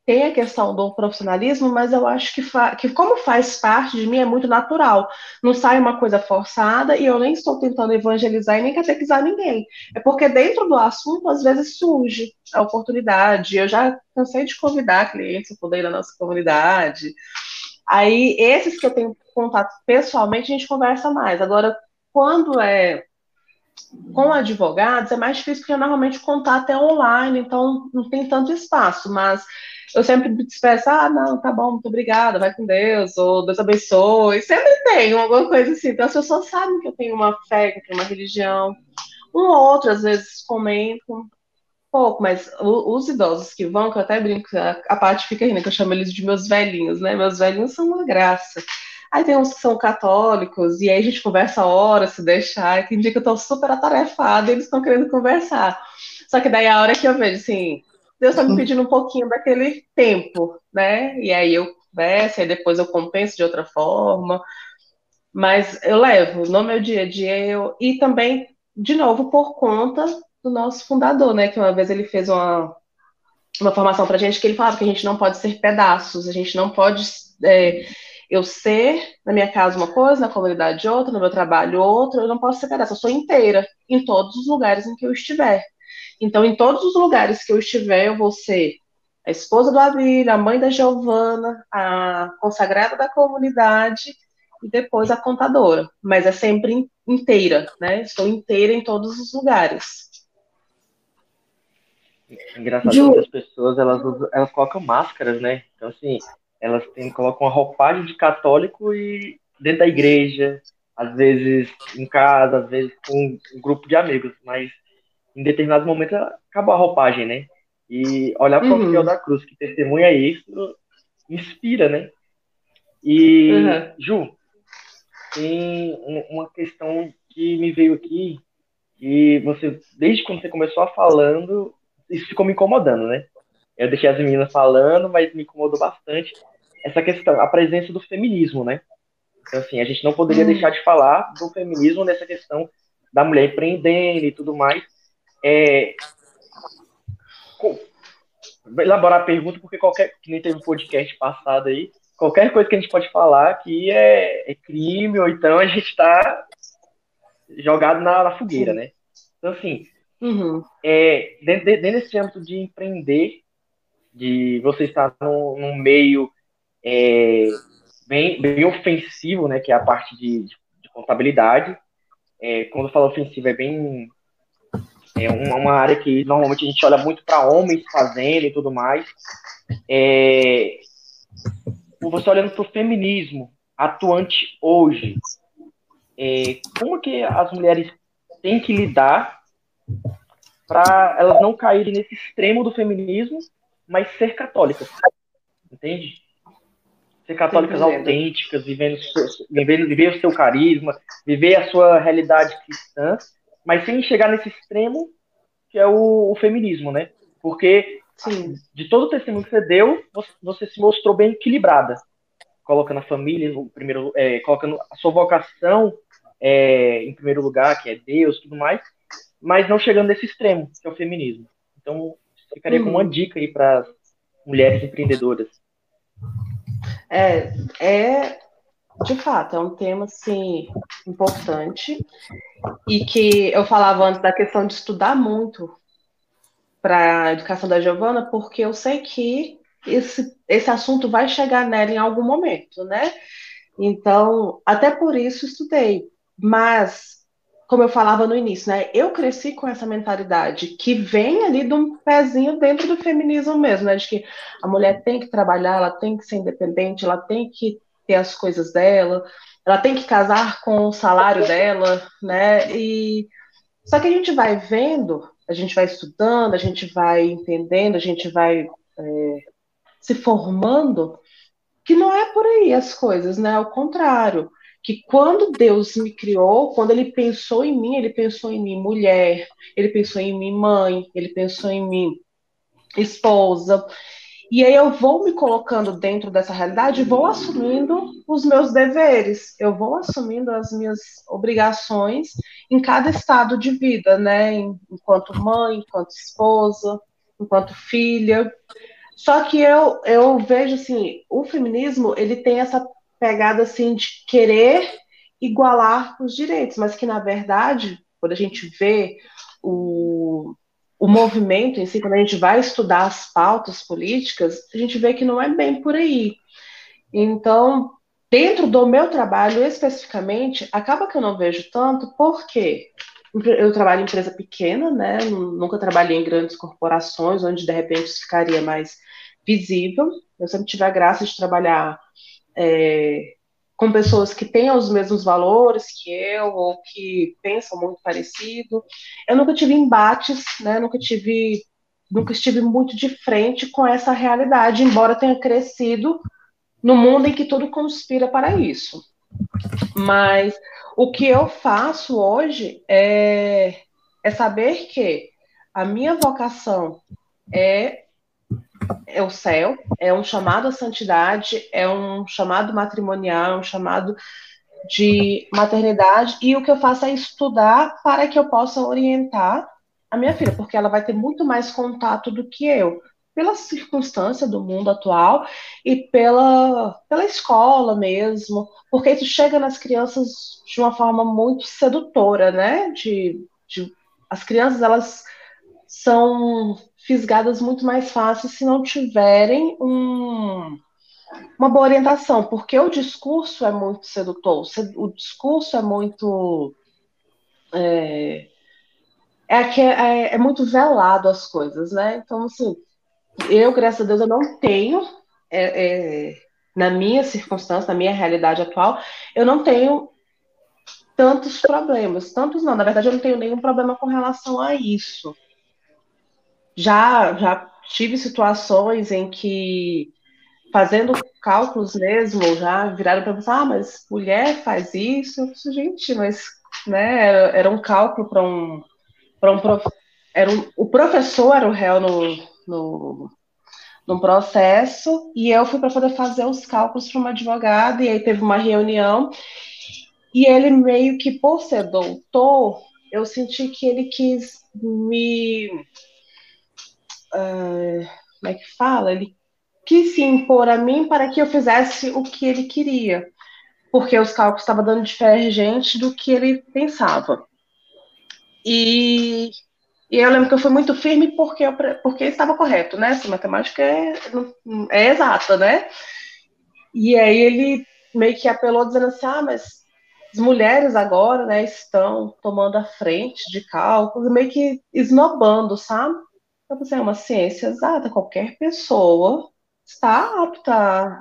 tem a questão do profissionalismo, mas eu acho que como faz parte de mim, é muito natural. Não sai uma coisa forçada e eu nem estou tentando evangelizar e nem catequizar ninguém. É porque dentro do assunto, às vezes, surge a oportunidade. Eu já cansei de convidar clientes a poder ir na nossa comunidade. Aí, esses que eu tenho contato pessoalmente, a gente conversa mais. Agora, quando é com advogados, é mais difícil, porque normalmente o contato é online, então não tem tanto espaço, mas eu sempre despeço, não, tá bom, muito obrigada, vai com Deus, ou Deus abençoe, sempre tem alguma coisa assim, então as pessoas sabem que eu tenho uma fé, que eu tenho uma religião, um ou outro, às vezes, comento, pouco, mas os idosos que vão, que eu até brinco, a parte fica rindo, que eu chamo eles de meus velhinhos, né? Meus velhinhos são uma graça. Aí tem uns que são católicos, e aí a gente conversa horas, se deixar, e tem dia que eu tô super atarefada e eles estão querendo conversar. Só que daí a hora que eu vejo, assim, Deus tá me pedindo um pouquinho daquele tempo, né? E aí eu converso, aí depois eu compenso de outra forma. Mas eu levo no meu dia a dia, e também, de novo, por conta do nosso fundador, né? Que uma vez ele fez uma formação pra gente que ele falava que a gente não pode ser pedaços, a gente não pode eu ser, na minha casa, uma coisa, na comunidade outra, no meu trabalho outra, eu não posso ser pedaço, eu sou inteira, em todos os lugares em que eu estiver. Então, em todos os lugares que eu estiver, eu vou ser a esposa do Abílio, a mãe da Giovana, a consagrada da comunidade e depois a contadora. Mas é sempre inteira, né? Estou inteira em todos os lugares. Engraçado que Ju, muitas pessoas elas colocam máscaras, né? Então, assim, colocam uma roupagem de católico e dentro da igreja, às vezes em casa, às vezes com um grupo de amigos, mas em determinados momentos acabou a roupagem, né? E olhar para o fiel Uhum, da cruz que testemunha isso inspira, né? E, uhum. Ju, tem uma questão que me veio aqui, e você, desde quando você começou a falando, isso ficou me incomodando, né? Eu deixei as meninas falando, mas me incomodou bastante essa questão, a presença do feminismo, né? Então, assim, a gente não poderia deixar de falar do feminismo nessa questão da mulher empreendendo e tudo mais. É, vou elaborar a pergunta, porque que nem teve um podcast passado aí, qualquer coisa que a gente pode falar aqui é crime, ou então a gente está jogado na fogueira, Sim. né? Então, assim, Uhum. dentro desse âmbito de empreender, de você estar num meio bem ofensivo, né, que é a parte de contabilidade. Quando eu falo ofensivo, uma área que normalmente a gente olha muito para homens fazendo e tudo mais. Você olhando para o feminismo atuante hoje, como que as mulheres têm que lidar para elas não caírem nesse extremo do feminismo, mas ser católicas, entende? Ser Tô católicas entendendo. autênticas, viver o seu carisma, viver a sua realidade cristã, mas sem chegar nesse extremo que é o feminismo, né? Porque Sim. de todo o testemunho que você deu, você se mostrou bem equilibrada, colocando a família no primeiro, colocando a sua vocação em primeiro lugar, que é Deus, tudo mais, mas não chegando nesse extremo, que é o feminismo. Então, ficaria com uma Uhum. dica aí para mulheres empreendedoras. De fato, é um tema, assim, importante e que eu falava antes da questão de estudar muito para a educação da Giovana, porque eu sei que esse assunto vai chegar nela em algum momento, né? Então, até por isso estudei. Mas, como eu falava no início, né? Eu cresci com essa mentalidade que vem ali de um pezinho dentro do feminismo mesmo, né? De que a mulher tem que trabalhar, ela tem que ser independente, ela tem que ter as coisas dela, ela tem que casar com o salário dela, né? E só que a gente vai vendo, a gente vai estudando, a gente vai entendendo, a gente vai se formando que não é por aí as coisas, né? Ao contrário, que quando Deus me criou, quando Ele pensou em mim mulher, Ele pensou em mim mãe, Ele pensou em mim esposa. E aí eu vou me colocando dentro dessa realidade e vou assumindo os meus deveres, eu vou assumindo as minhas obrigações em cada estado de vida, né? Enquanto mãe, enquanto esposa, enquanto filha. Só que eu vejo assim, o feminismo ele tem essa pegada assim de querer igualar os direitos, mas que na verdade, quando a gente vê o movimento em si, quando a gente vai estudar as pautas políticas, a gente vê que não é bem por aí. Então, dentro do meu trabalho especificamente, acaba que eu não vejo tanto, porque eu trabalho em empresa pequena, né? Nunca trabalhei em grandes corporações, onde de repente isso ficaria mais visível. Eu sempre tive a graça de trabalhar com pessoas que têm os mesmos valores que eu, ou que pensam muito parecido. Eu nunca tive embates, né? Nunca estive muito de frente com essa realidade, embora tenha crescido no mundo em que tudo conspira para isso. Mas o que eu faço hoje é saber que a minha vocação é o céu, é um chamado à santidade, é um chamado matrimonial, é um chamado de maternidade, e o que eu faço é estudar para que eu possa orientar a minha filha, porque ela vai ter muito mais contato do que eu, pela circunstância do mundo atual e pela escola mesmo, porque isso chega nas crianças de uma forma muito sedutora, né? As crianças, elas são fisgadas muito mais fácil se não tiverem uma boa orientação, porque o discurso é muito sedutor, o discurso é muito é muito velado as coisas, né? Então, assim, eu, graças a Deus, eu não tenho, na minha circunstância, na minha realidade atual, eu não tenho tantos problemas. Tantos não, na verdade, eu não tenho nenhum problema com relação a isso. Já tive situações em que, fazendo cálculos mesmo, já viraram para pensar, mas mulher faz isso? Eu disse, gente, mas né, era um cálculo para um prof... o professor era o réu no processo, e eu fui para poder fazer os cálculos para uma advogada, e aí teve uma reunião, e ele meio que, por ser doutor, eu senti que ele quis me... como é que fala? Ele quis se impor a mim para que eu fizesse o que ele queria, porque os cálculos estavam dando divergente do que ele pensava. E eu lembro que eu fui muito firme porque estava correto, né? Assim, matemática é exata, né? E aí ele meio que apelou dizendo assim, mas as mulheres agora, né, estão tomando a frente de cálculos, meio que esnobando, sabe? Eu pensei, é uma ciência exata, qualquer pessoa está apta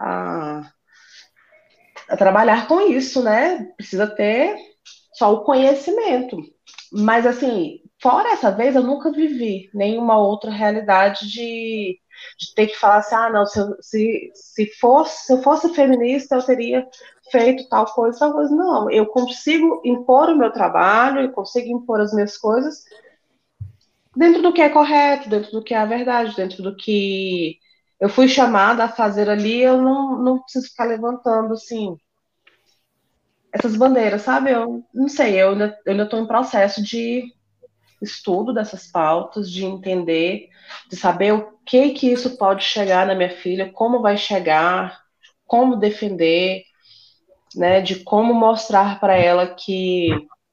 a trabalhar com isso, né? Precisa ter só o conhecimento. Mas, assim, fora essa vez, eu nunca vivi nenhuma outra realidade de ter que falar assim, não, se eu fosse feminista, eu teria feito tal coisa, tal coisa. Não, eu consigo impor o meu trabalho, eu consigo impor as minhas coisas dentro do que é correto, dentro do que é a verdade, dentro do que eu fui chamada a fazer ali, eu não preciso ficar levantando, assim, essas bandeiras, sabe? Eu não sei, eu ainda estou em processo de estudo dessas pautas, de entender, de saber o que isso pode chegar na minha filha, como vai chegar, como defender, né? De como mostrar para ela que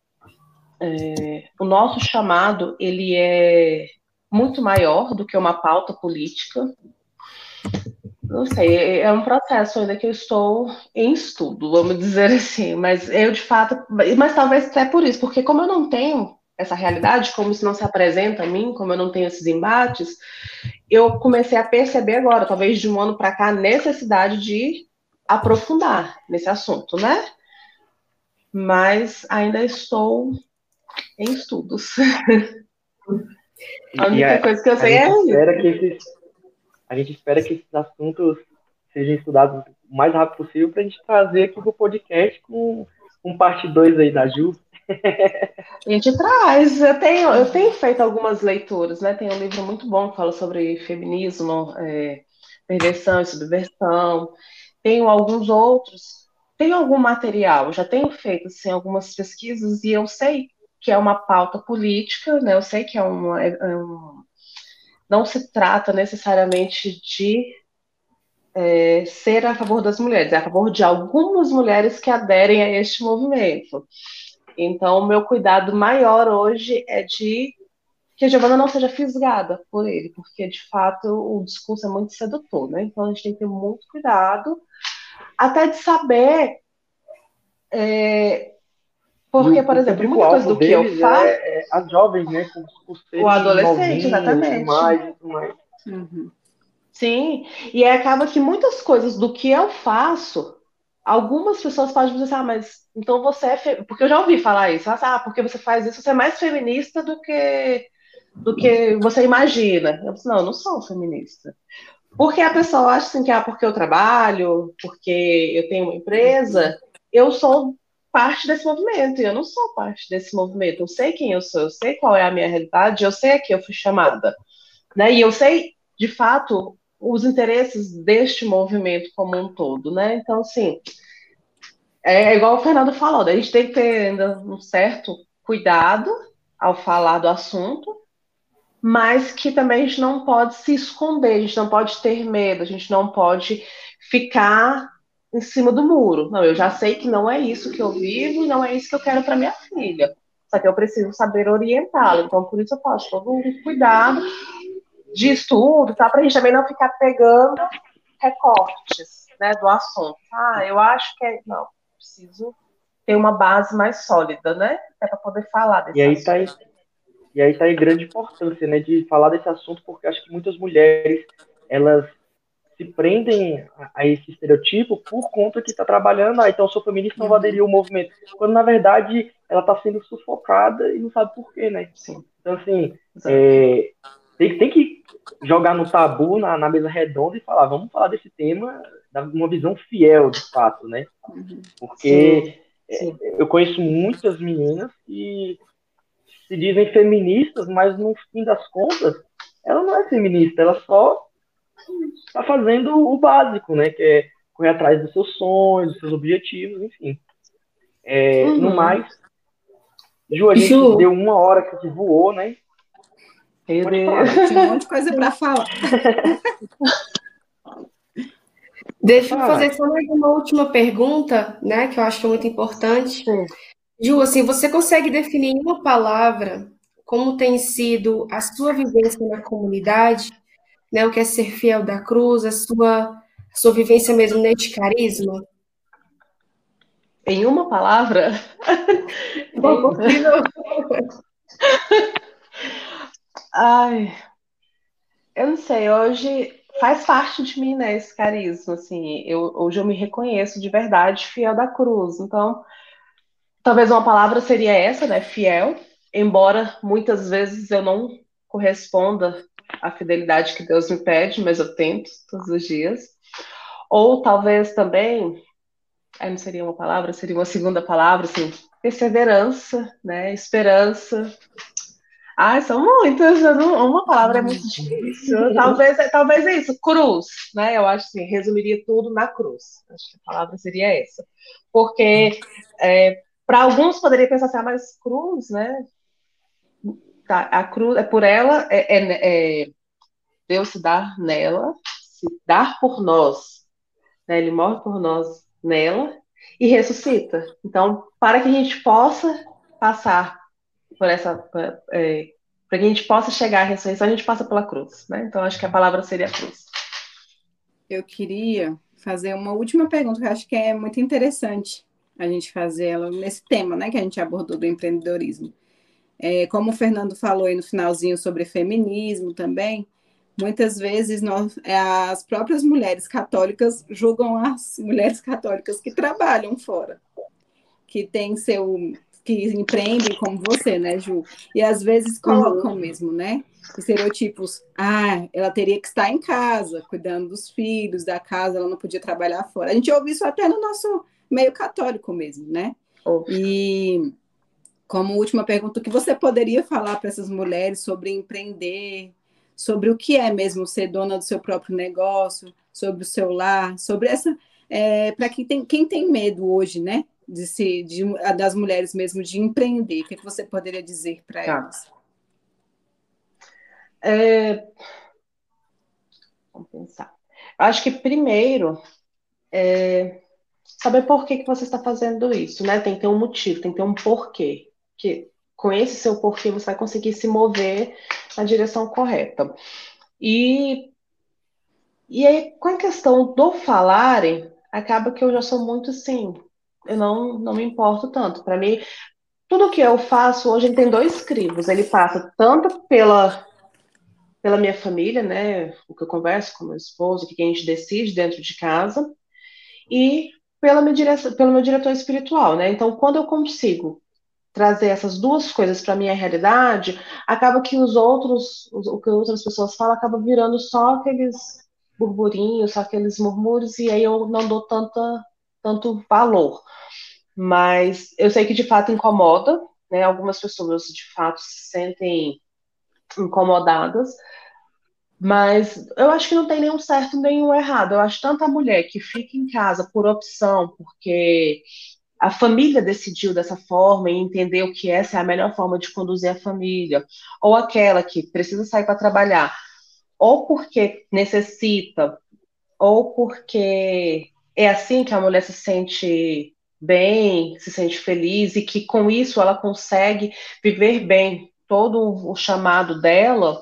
o nosso chamado ele é muito maior do que uma pauta política. Não sei, é um processo ainda que eu estou em estudo, vamos dizer assim, mas eu de fato, mas talvez até por isso, porque como eu não tenho essa realidade, como isso não se apresenta a mim, como eu não tenho esses embates, eu comecei a perceber agora, talvez de um ano para cá, a necessidade de aprofundar nesse assunto, né? Mas ainda estou em estudos. A única coisa que eu sei é isso. A gente espera que esses assuntos sejam estudados o mais rápido possível para a gente trazer aqui para o podcast com parte 2 aí da Ju. A gente traz, eu tenho feito algumas leituras, né? Tem um livro muito bom que fala sobre feminismo, perversão e subversão. Tenho alguns outros, tenho algum material, já tenho feito assim, algumas pesquisas e eu sei que é uma pauta política, né? Eu sei que não se trata necessariamente de ser a favor das mulheres, é a favor de algumas mulheres que aderem a este movimento. Então, o meu cuidado maior hoje é de que a Giovana não seja fisgada por ele, porque, de fato, o discurso é muito sedutor, né? Então, a gente tem que ter muito cuidado, até de saber... porque, por exemplo, muita coisa do que eu faço... as jovens, né? Por serem o adolescente, novinhas, exatamente. e tudo mais. Uhum. Sim, e acaba que muitas coisas do que eu faço, algumas pessoas podem dizer assim, mas então você é... Porque eu já ouvi falar isso, porque você faz isso, você é mais feminista do que você imagina. Eu disse, não, eu não sou feminista. Porque a pessoa acha assim que porque eu trabalho, porque eu tenho uma empresa, eu sou parte desse movimento, e eu não sou parte desse movimento. Eu sei quem eu sou, eu sei qual é a minha realidade, eu sei a que eu fui chamada, né? E eu sei, de fato, os interesses deste movimento como um todo, né? Então, assim, é igual o Fernando falou, a gente tem que ter ainda um certo cuidado ao falar do assunto, mas que também a gente não pode se esconder, a gente não pode ter medo, a gente não pode ficar em cima do muro. Não, eu já sei que não é isso que eu vivo e não é isso que eu quero para minha filha. Só que eu preciso saber orientá-la. Então, por isso eu faço todo um cuidado de estudo, tá? Para a gente também não ficar pegando recortes, né, do assunto. Eu acho que não, preciso ter uma base mais sólida, né? Para poder falar desse assunto. E aí tá aí grande importância, né, de falar desse assunto, porque acho que muitas mulheres, elas se prendem a esse estereotipo por conta que está trabalhando, então eu sou feminista, não vou aderir ao movimento. Quando, na verdade, ela está sendo sufocada e não sabe por quê, né? Sim. Então, assim, tem que jogar no tabu, na mesa redonda e falar, vamos falar desse tema, uma visão fiel, de fato, né? Porque Sim. eu conheço muitas meninas que se dizem feministas, mas no fim das contas, ela não é feminista, ela só está fazendo o básico, né? Que é correr atrás dos seus sonhos, dos seus objetivos, enfim. No mais, Ju, a gente deu 1 hora que voou, né? Pode falar. Tinha um monte de coisa para falar. Deixa eu fazer só mais uma última pergunta, né? Que eu acho muito importante. Sim. Ju, assim, você consegue definir em uma palavra como tem sido a sua vivência na comunidade, né? O que é ser fiel da cruz, a sua vivência mesmo neste carisma? Em uma palavra? Ai, eu não sei, hoje faz parte de mim, né, esse carisma, assim, hoje eu me reconheço de verdade fiel da cruz, então, talvez uma palavra seria essa, né, fiel, embora muitas vezes eu não corresponda à fidelidade que Deus me pede, mas eu tento todos os dias, ou talvez também, aí não seria uma palavra, seria uma segunda palavra, assim, perseverança, né, esperança. São muitas, uma palavra é muito difícil. Talvez é isso, cruz, né? Eu acho assim, resumiria tudo na cruz. Acho que a palavra seria essa. Porque para alguns poderia pensar assim, mas cruz, né? Tá, a cruz é por ela, Deus se dar nela, se dar por nós, né? Ele morre por nós nela e ressuscita. Então, para que a gente possa passar por essa, para que a gente possa chegar à ressurreição, a gente passa pela cruz, né? Então acho que a palavra seria cruz. Eu queria fazer uma última pergunta que eu acho que é muito interessante a gente fazer ela nesse tema, né, que a gente abordou do empreendedorismo. Como o Fernando falou aí no finalzinho sobre feminismo também, muitas vezes as próprias mulheres católicas julgam as mulheres católicas que trabalham fora, que empreendem como você, né, Ju? E às vezes colocam mesmo, né? Estereotipos. Ela teria que estar em casa, cuidando dos filhos, da casa, ela não podia trabalhar fora. A gente ouve isso até no nosso meio católico mesmo, né? E como última pergunta, o que você poderia falar para essas mulheres sobre empreender, sobre o que é mesmo ser dona do seu próprio negócio, sobre o seu lar, sobre essa. Para quem tem medo hoje, né? Das mulheres mesmo de empreender, o que você poderia dizer para elas? Acho que primeiro, saber por que que você está fazendo isso, né? Tem que ter um motivo, tem que ter um porquê. Que com esse seu porquê você vai conseguir se mover na direção correta. E, e aí, com a questão do falarem, acaba que eu já sou muito assim, eu não me importo tanto. Para mim, tudo que eu faço hoje ele tem dois crivos. Ele passa tanto pela minha família, né? O que eu converso com meu esposo, o que a gente decide dentro de casa, e pelo meu diretor espiritual, né? Então, quando eu consigo trazer essas duas coisas para minha realidade, acaba que o que outras pessoas falam, acaba virando só aqueles burburinhos, só aqueles murmúrios, e aí eu não dou tanto valor. Mas eu sei que de fato incomoda, né? Algumas pessoas de fato se sentem incomodadas, mas eu acho que não tem nenhum certo nem nenhum errado. Eu acho tanto a mulher que fica em casa por opção, porque a família decidiu dessa forma e entendeu que essa é a melhor forma de conduzir a família, ou aquela que precisa sair para trabalhar, ou porque necessita, ou porque é assim que a mulher se sente bem, se sente feliz e que com isso ela consegue viver bem todo o chamado dela,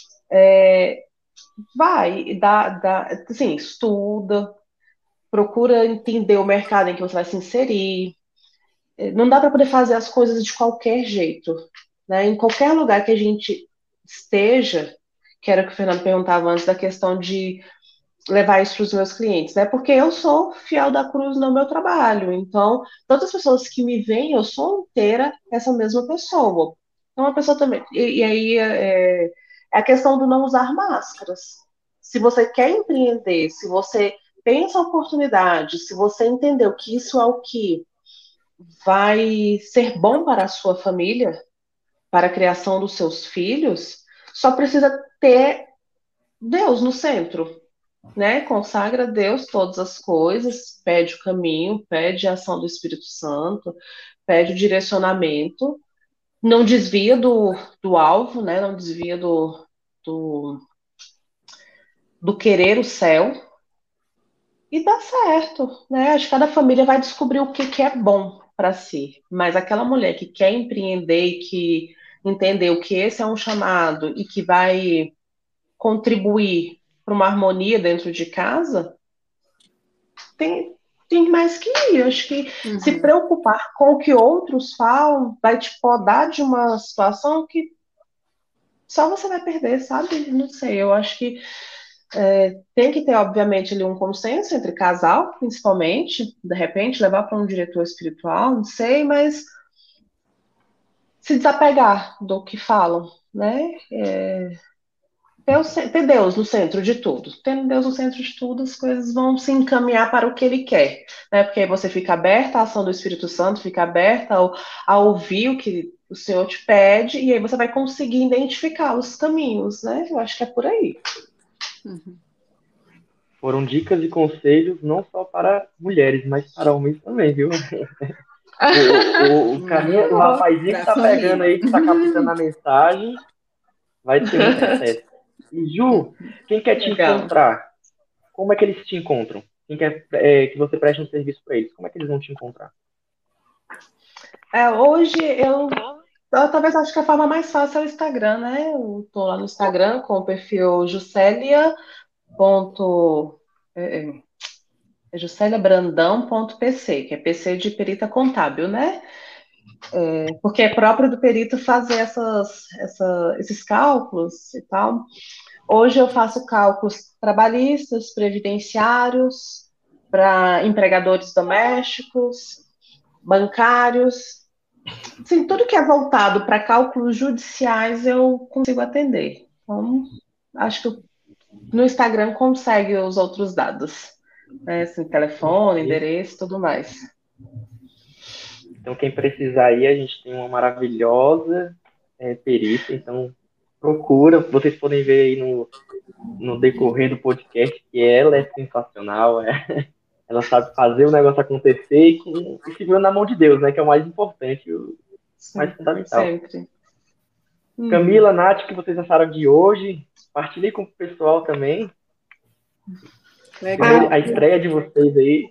vai, assim, estuda, procura entender o mercado em que você vai se inserir. Não dá para poder fazer as coisas de qualquer jeito, né? Em qualquer lugar que a gente esteja, que era o que o Fernando perguntava antes da questão de levar isso para os meus clientes, né? Porque eu sou fiel da cruz no meu trabalho, então todas as pessoas que me veem, eu sou inteira essa mesma pessoa. Então, uma pessoa também. E aí é a questão do não usar máscaras. Se você quer empreender, se você tem essa oportunidade, se você entendeu que isso é o que vai ser bom para a sua família, para a criação dos seus filhos, só precisa ter Deus no centro, né? Consagra a Deus todas as coisas, pede o caminho, pede a ação do Espírito Santo, pede o direcionamento, não desvia do alvo, né? Não desvia do, do querer o céu, e dá certo, né? Acho que cada família vai descobrir o que é bom para si. Mas aquela mulher que quer empreender e que entendeu que esse é um chamado e que vai contribuir para uma harmonia dentro de casa, tem, tem mais que ir. Acho que se preocupar com o que outros falam vai te podar de uma situação que só você vai perder, sabe? Não sei, eu acho que tem que ter, obviamente, ali um consenso entre casal, principalmente, de repente, levar para um diretor espiritual, não sei, mas se desapegar do que falam, né? Ter Deus no centro de tudo. Tendo Deus no centro de tudo, as coisas vão se encaminhar para o que Ele quer, né? Porque aí você fica aberta à ação do Espírito Santo, fica aberta a ouvir o que o Senhor te pede, e aí você vai conseguir identificar os caminhos, né? Eu acho que é por aí. Foram dicas e conselhos não só para mulheres, mas para homens também, viu? O rapazinho que tá pegando aí, que tá captando a mensagem, vai ter muito sucesso. E Ju, quem quer te encontrar? Como é que eles te encontram? Quem quer que você preste um serviço para eles? Como é que eles vão te encontrar? Hoje eu talvez acho que a forma mais fácil é o Instagram, né? Eu tô lá no Instagram com o perfil Juscelia. Jusceliabrandão.pc, que é PC de perita contábil, né? Porque é próprio do perito fazer esses cálculos e tal. Hoje eu faço cálculos trabalhistas, previdenciários, para empregadores domésticos, bancários. Assim, tudo que é voltado para cálculos judiciais eu consigo atender. Então, acho que no Instagram consegue os outros dados, né? Assim, telefone, endereço, tudo mais. Então, quem precisar aí, a gente tem uma maravilhosa perita, então procura, vocês podem ver aí no decorrer do podcast que ela é sensacional, ela sabe fazer o negócio acontecer e segurando na mão de Deus, né, que é o mais importante, o mais fundamental. Sempre. Camila, Nath, o que vocês acharam de hoje? Partilhe com o pessoal também. Legal. A estreia de vocês aí.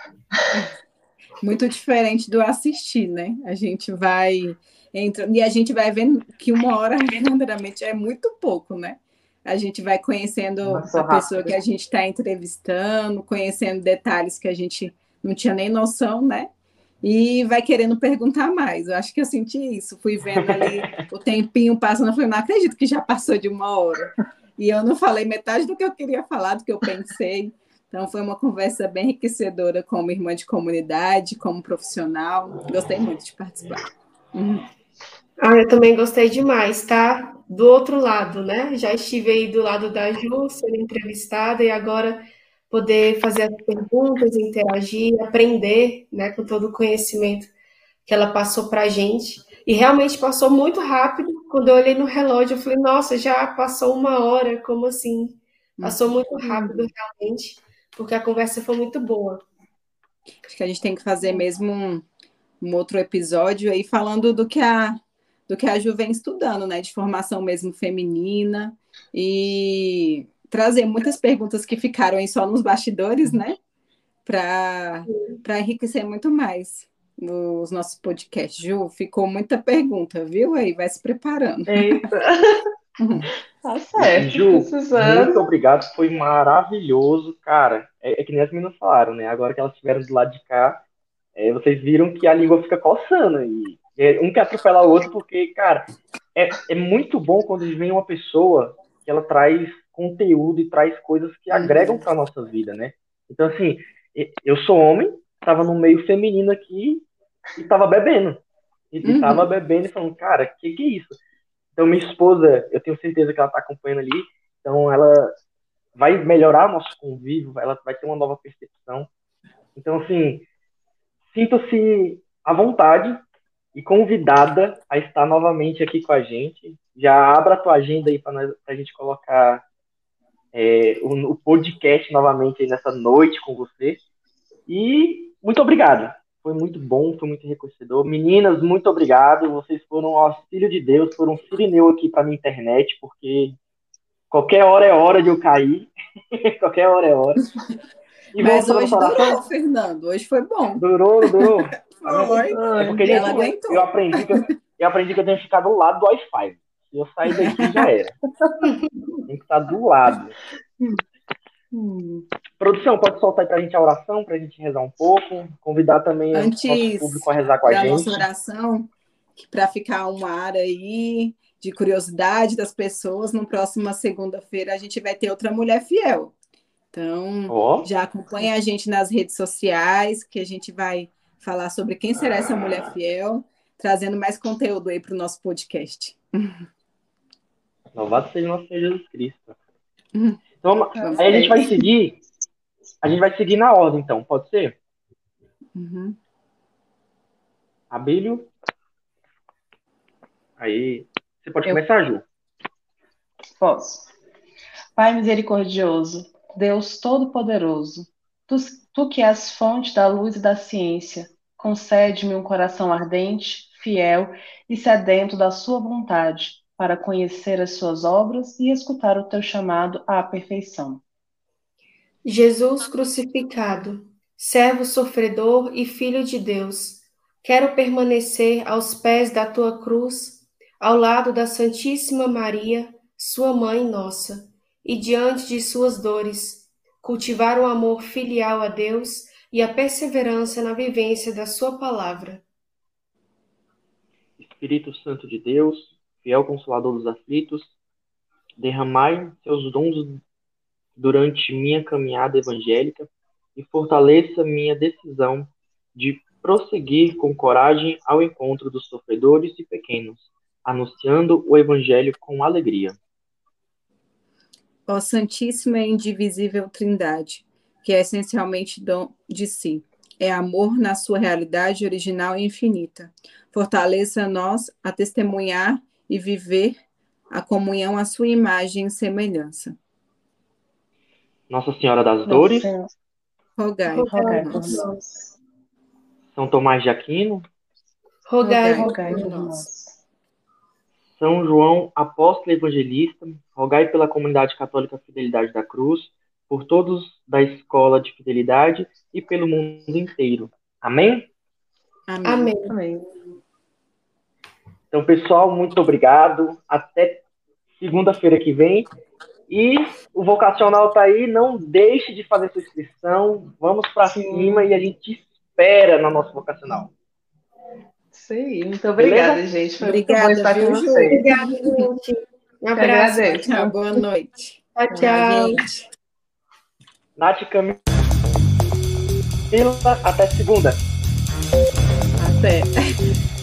Muito diferente do assistir, né? A gente vai entrando e a gente vai vendo que 1 hora verdadeiramente é muito pouco, né? A gente vai conhecendo Passou a pessoa rápido. que a gente está entrevistando, conhecendo detalhes que a gente não tinha nem noção, né? E vai querendo perguntar mais. Eu acho que eu senti isso. Fui vendo ali o tempinho passando, eu falei, não acredito que já passou de 1 hora. E eu não falei metade do que eu queria falar, do que eu pensei. Então, foi uma conversa bem enriquecedora como irmã de comunidade, como profissional. Gostei muito de participar. Eu também gostei demais, tá? Do outro lado, né? Já estive aí do lado da Ju, sendo entrevistada, e agora poder fazer as perguntas, interagir, aprender, né, com todo o conhecimento que ela passou para a gente. E realmente passou muito rápido. Quando eu olhei no relógio, eu falei, nossa, já passou 1 hora, como assim? Passou muito rápido, realmente, porque a conversa foi muito boa. Acho que a gente tem que fazer mesmo um outro episódio aí falando do que a Ju vem estudando, né? De formação mesmo feminina e trazer muitas perguntas que ficaram aí só nos bastidores, né? Para enriquecer muito mais os nossos podcasts. Ju, ficou muita pergunta, viu? Aí vai se preparando. Eita. Tá certo. Ju, muito Precisando. obrigado, foi maravilhoso, cara. É que nem as meninas falaram, né? Agora que elas estiveram do lado de cá, vocês viram que a língua fica coçando e um quer atropelar o outro porque, cara, é muito bom quando vem uma pessoa que ela traz conteúdo e traz coisas que agregam para nossa vida, né? Então, assim, eu sou homem, estava no meio feminino aqui e estava bebendo. E tava bebendo e falando, cara, que é isso? Então, minha esposa, eu tenho certeza que ela tá acompanhando ali, então ela vai melhorar o nosso convívio, ela vai ter uma nova percepção. Então, assim, sinta-se à vontade e convidada a estar novamente aqui com a gente. Já abra a tua agenda aí para a gente colocar o podcast novamente aí nessa noite com você. E muito obrigado. Foi muito bom, foi muito enriquecedor. Meninas, muito obrigado. Vocês foram um auxílio de Deus, foram um sirineu aqui para minha internet, porque qualquer hora é hora de eu cair. Qualquer hora é hora. E Mas voltando hoje para a oração, durou, Fernando. Hoje foi bom. Durou. Tá vendo? Foi. É porque, Ela gente, aguentou. eu aprendi que eu tenho que ficar do lado do Wi-Fi. Se eu sair daqui, já era. Tem que estar do lado. Produção, pode soltar aí pra gente a oração, pra gente rezar um pouco. Convidar também o nosso Antes público a rezar com a da gente. nossa oração, para ficar uma área aí de curiosidade das pessoas, na próxima segunda-feira a gente vai ter outra mulher fiel. Então, já acompanha a gente nas redes sociais, que a gente vai falar sobre quem será essa mulher fiel, trazendo mais conteúdo aí para o nosso podcast. Louvado seja nosso Senhor Jesus Cristo. Então, aí a gente vai seguir na ordem, então, pode ser? Abílio? Aí, você pode começar, Ju? Posso. Pai misericordioso, Deus Todo-Poderoso, tu que és fonte da luz e da ciência, concede-me um coração ardente, fiel e sedento da sua vontade, para conhecer as suas obras e escutar o teu chamado à perfeição. Jesus crucificado, servo sofredor e filho de Deus, quero permanecer aos pés da tua cruz, ao lado da Santíssima Maria, sua mãe nossa, e diante de suas dores, cultivar o amor filial a Deus e a perseverança na vivência da sua palavra. Espírito Santo de Deus, fiel consolador dos aflitos, derramai seus dons durante minha caminhada evangélica e fortaleça minha decisão de prosseguir com coragem ao encontro dos sofredores e pequenos, anunciando o Evangelho com alegria. Ó Santíssima e Indivisível Trindade, que é essencialmente dom de si, é amor na sua realidade original e infinita. Fortaleça-nos a testemunhar e viver a comunhão à sua imagem e semelhança. Nossa Senhora das Dores, rogai por nós. São Tomás de Aquino, rogai por nós. São João Apóstolo Evangelista, rogai pela comunidade católica Fidelidade da Cruz, por todos da Escola de Fidelidade e pelo mundo inteiro. Amém? Amém. Amém. Amém. Então, pessoal, muito obrigado. Até segunda-feira que vem. E o vocacional tá aí. Não deixe de fazer sua inscrição. Vamos para cima e a gente espera no nosso vocacional. Isso aí. Muito obrigada, Beleza? gente. Foi Obrigada, muito bom estar viu, com Ju? vocês. Obrigada, gente. Um Eu abraço. agradeço. Tchau, boa noite. Tchau, tchau. Gente. Nath e Camila, até segunda. Até.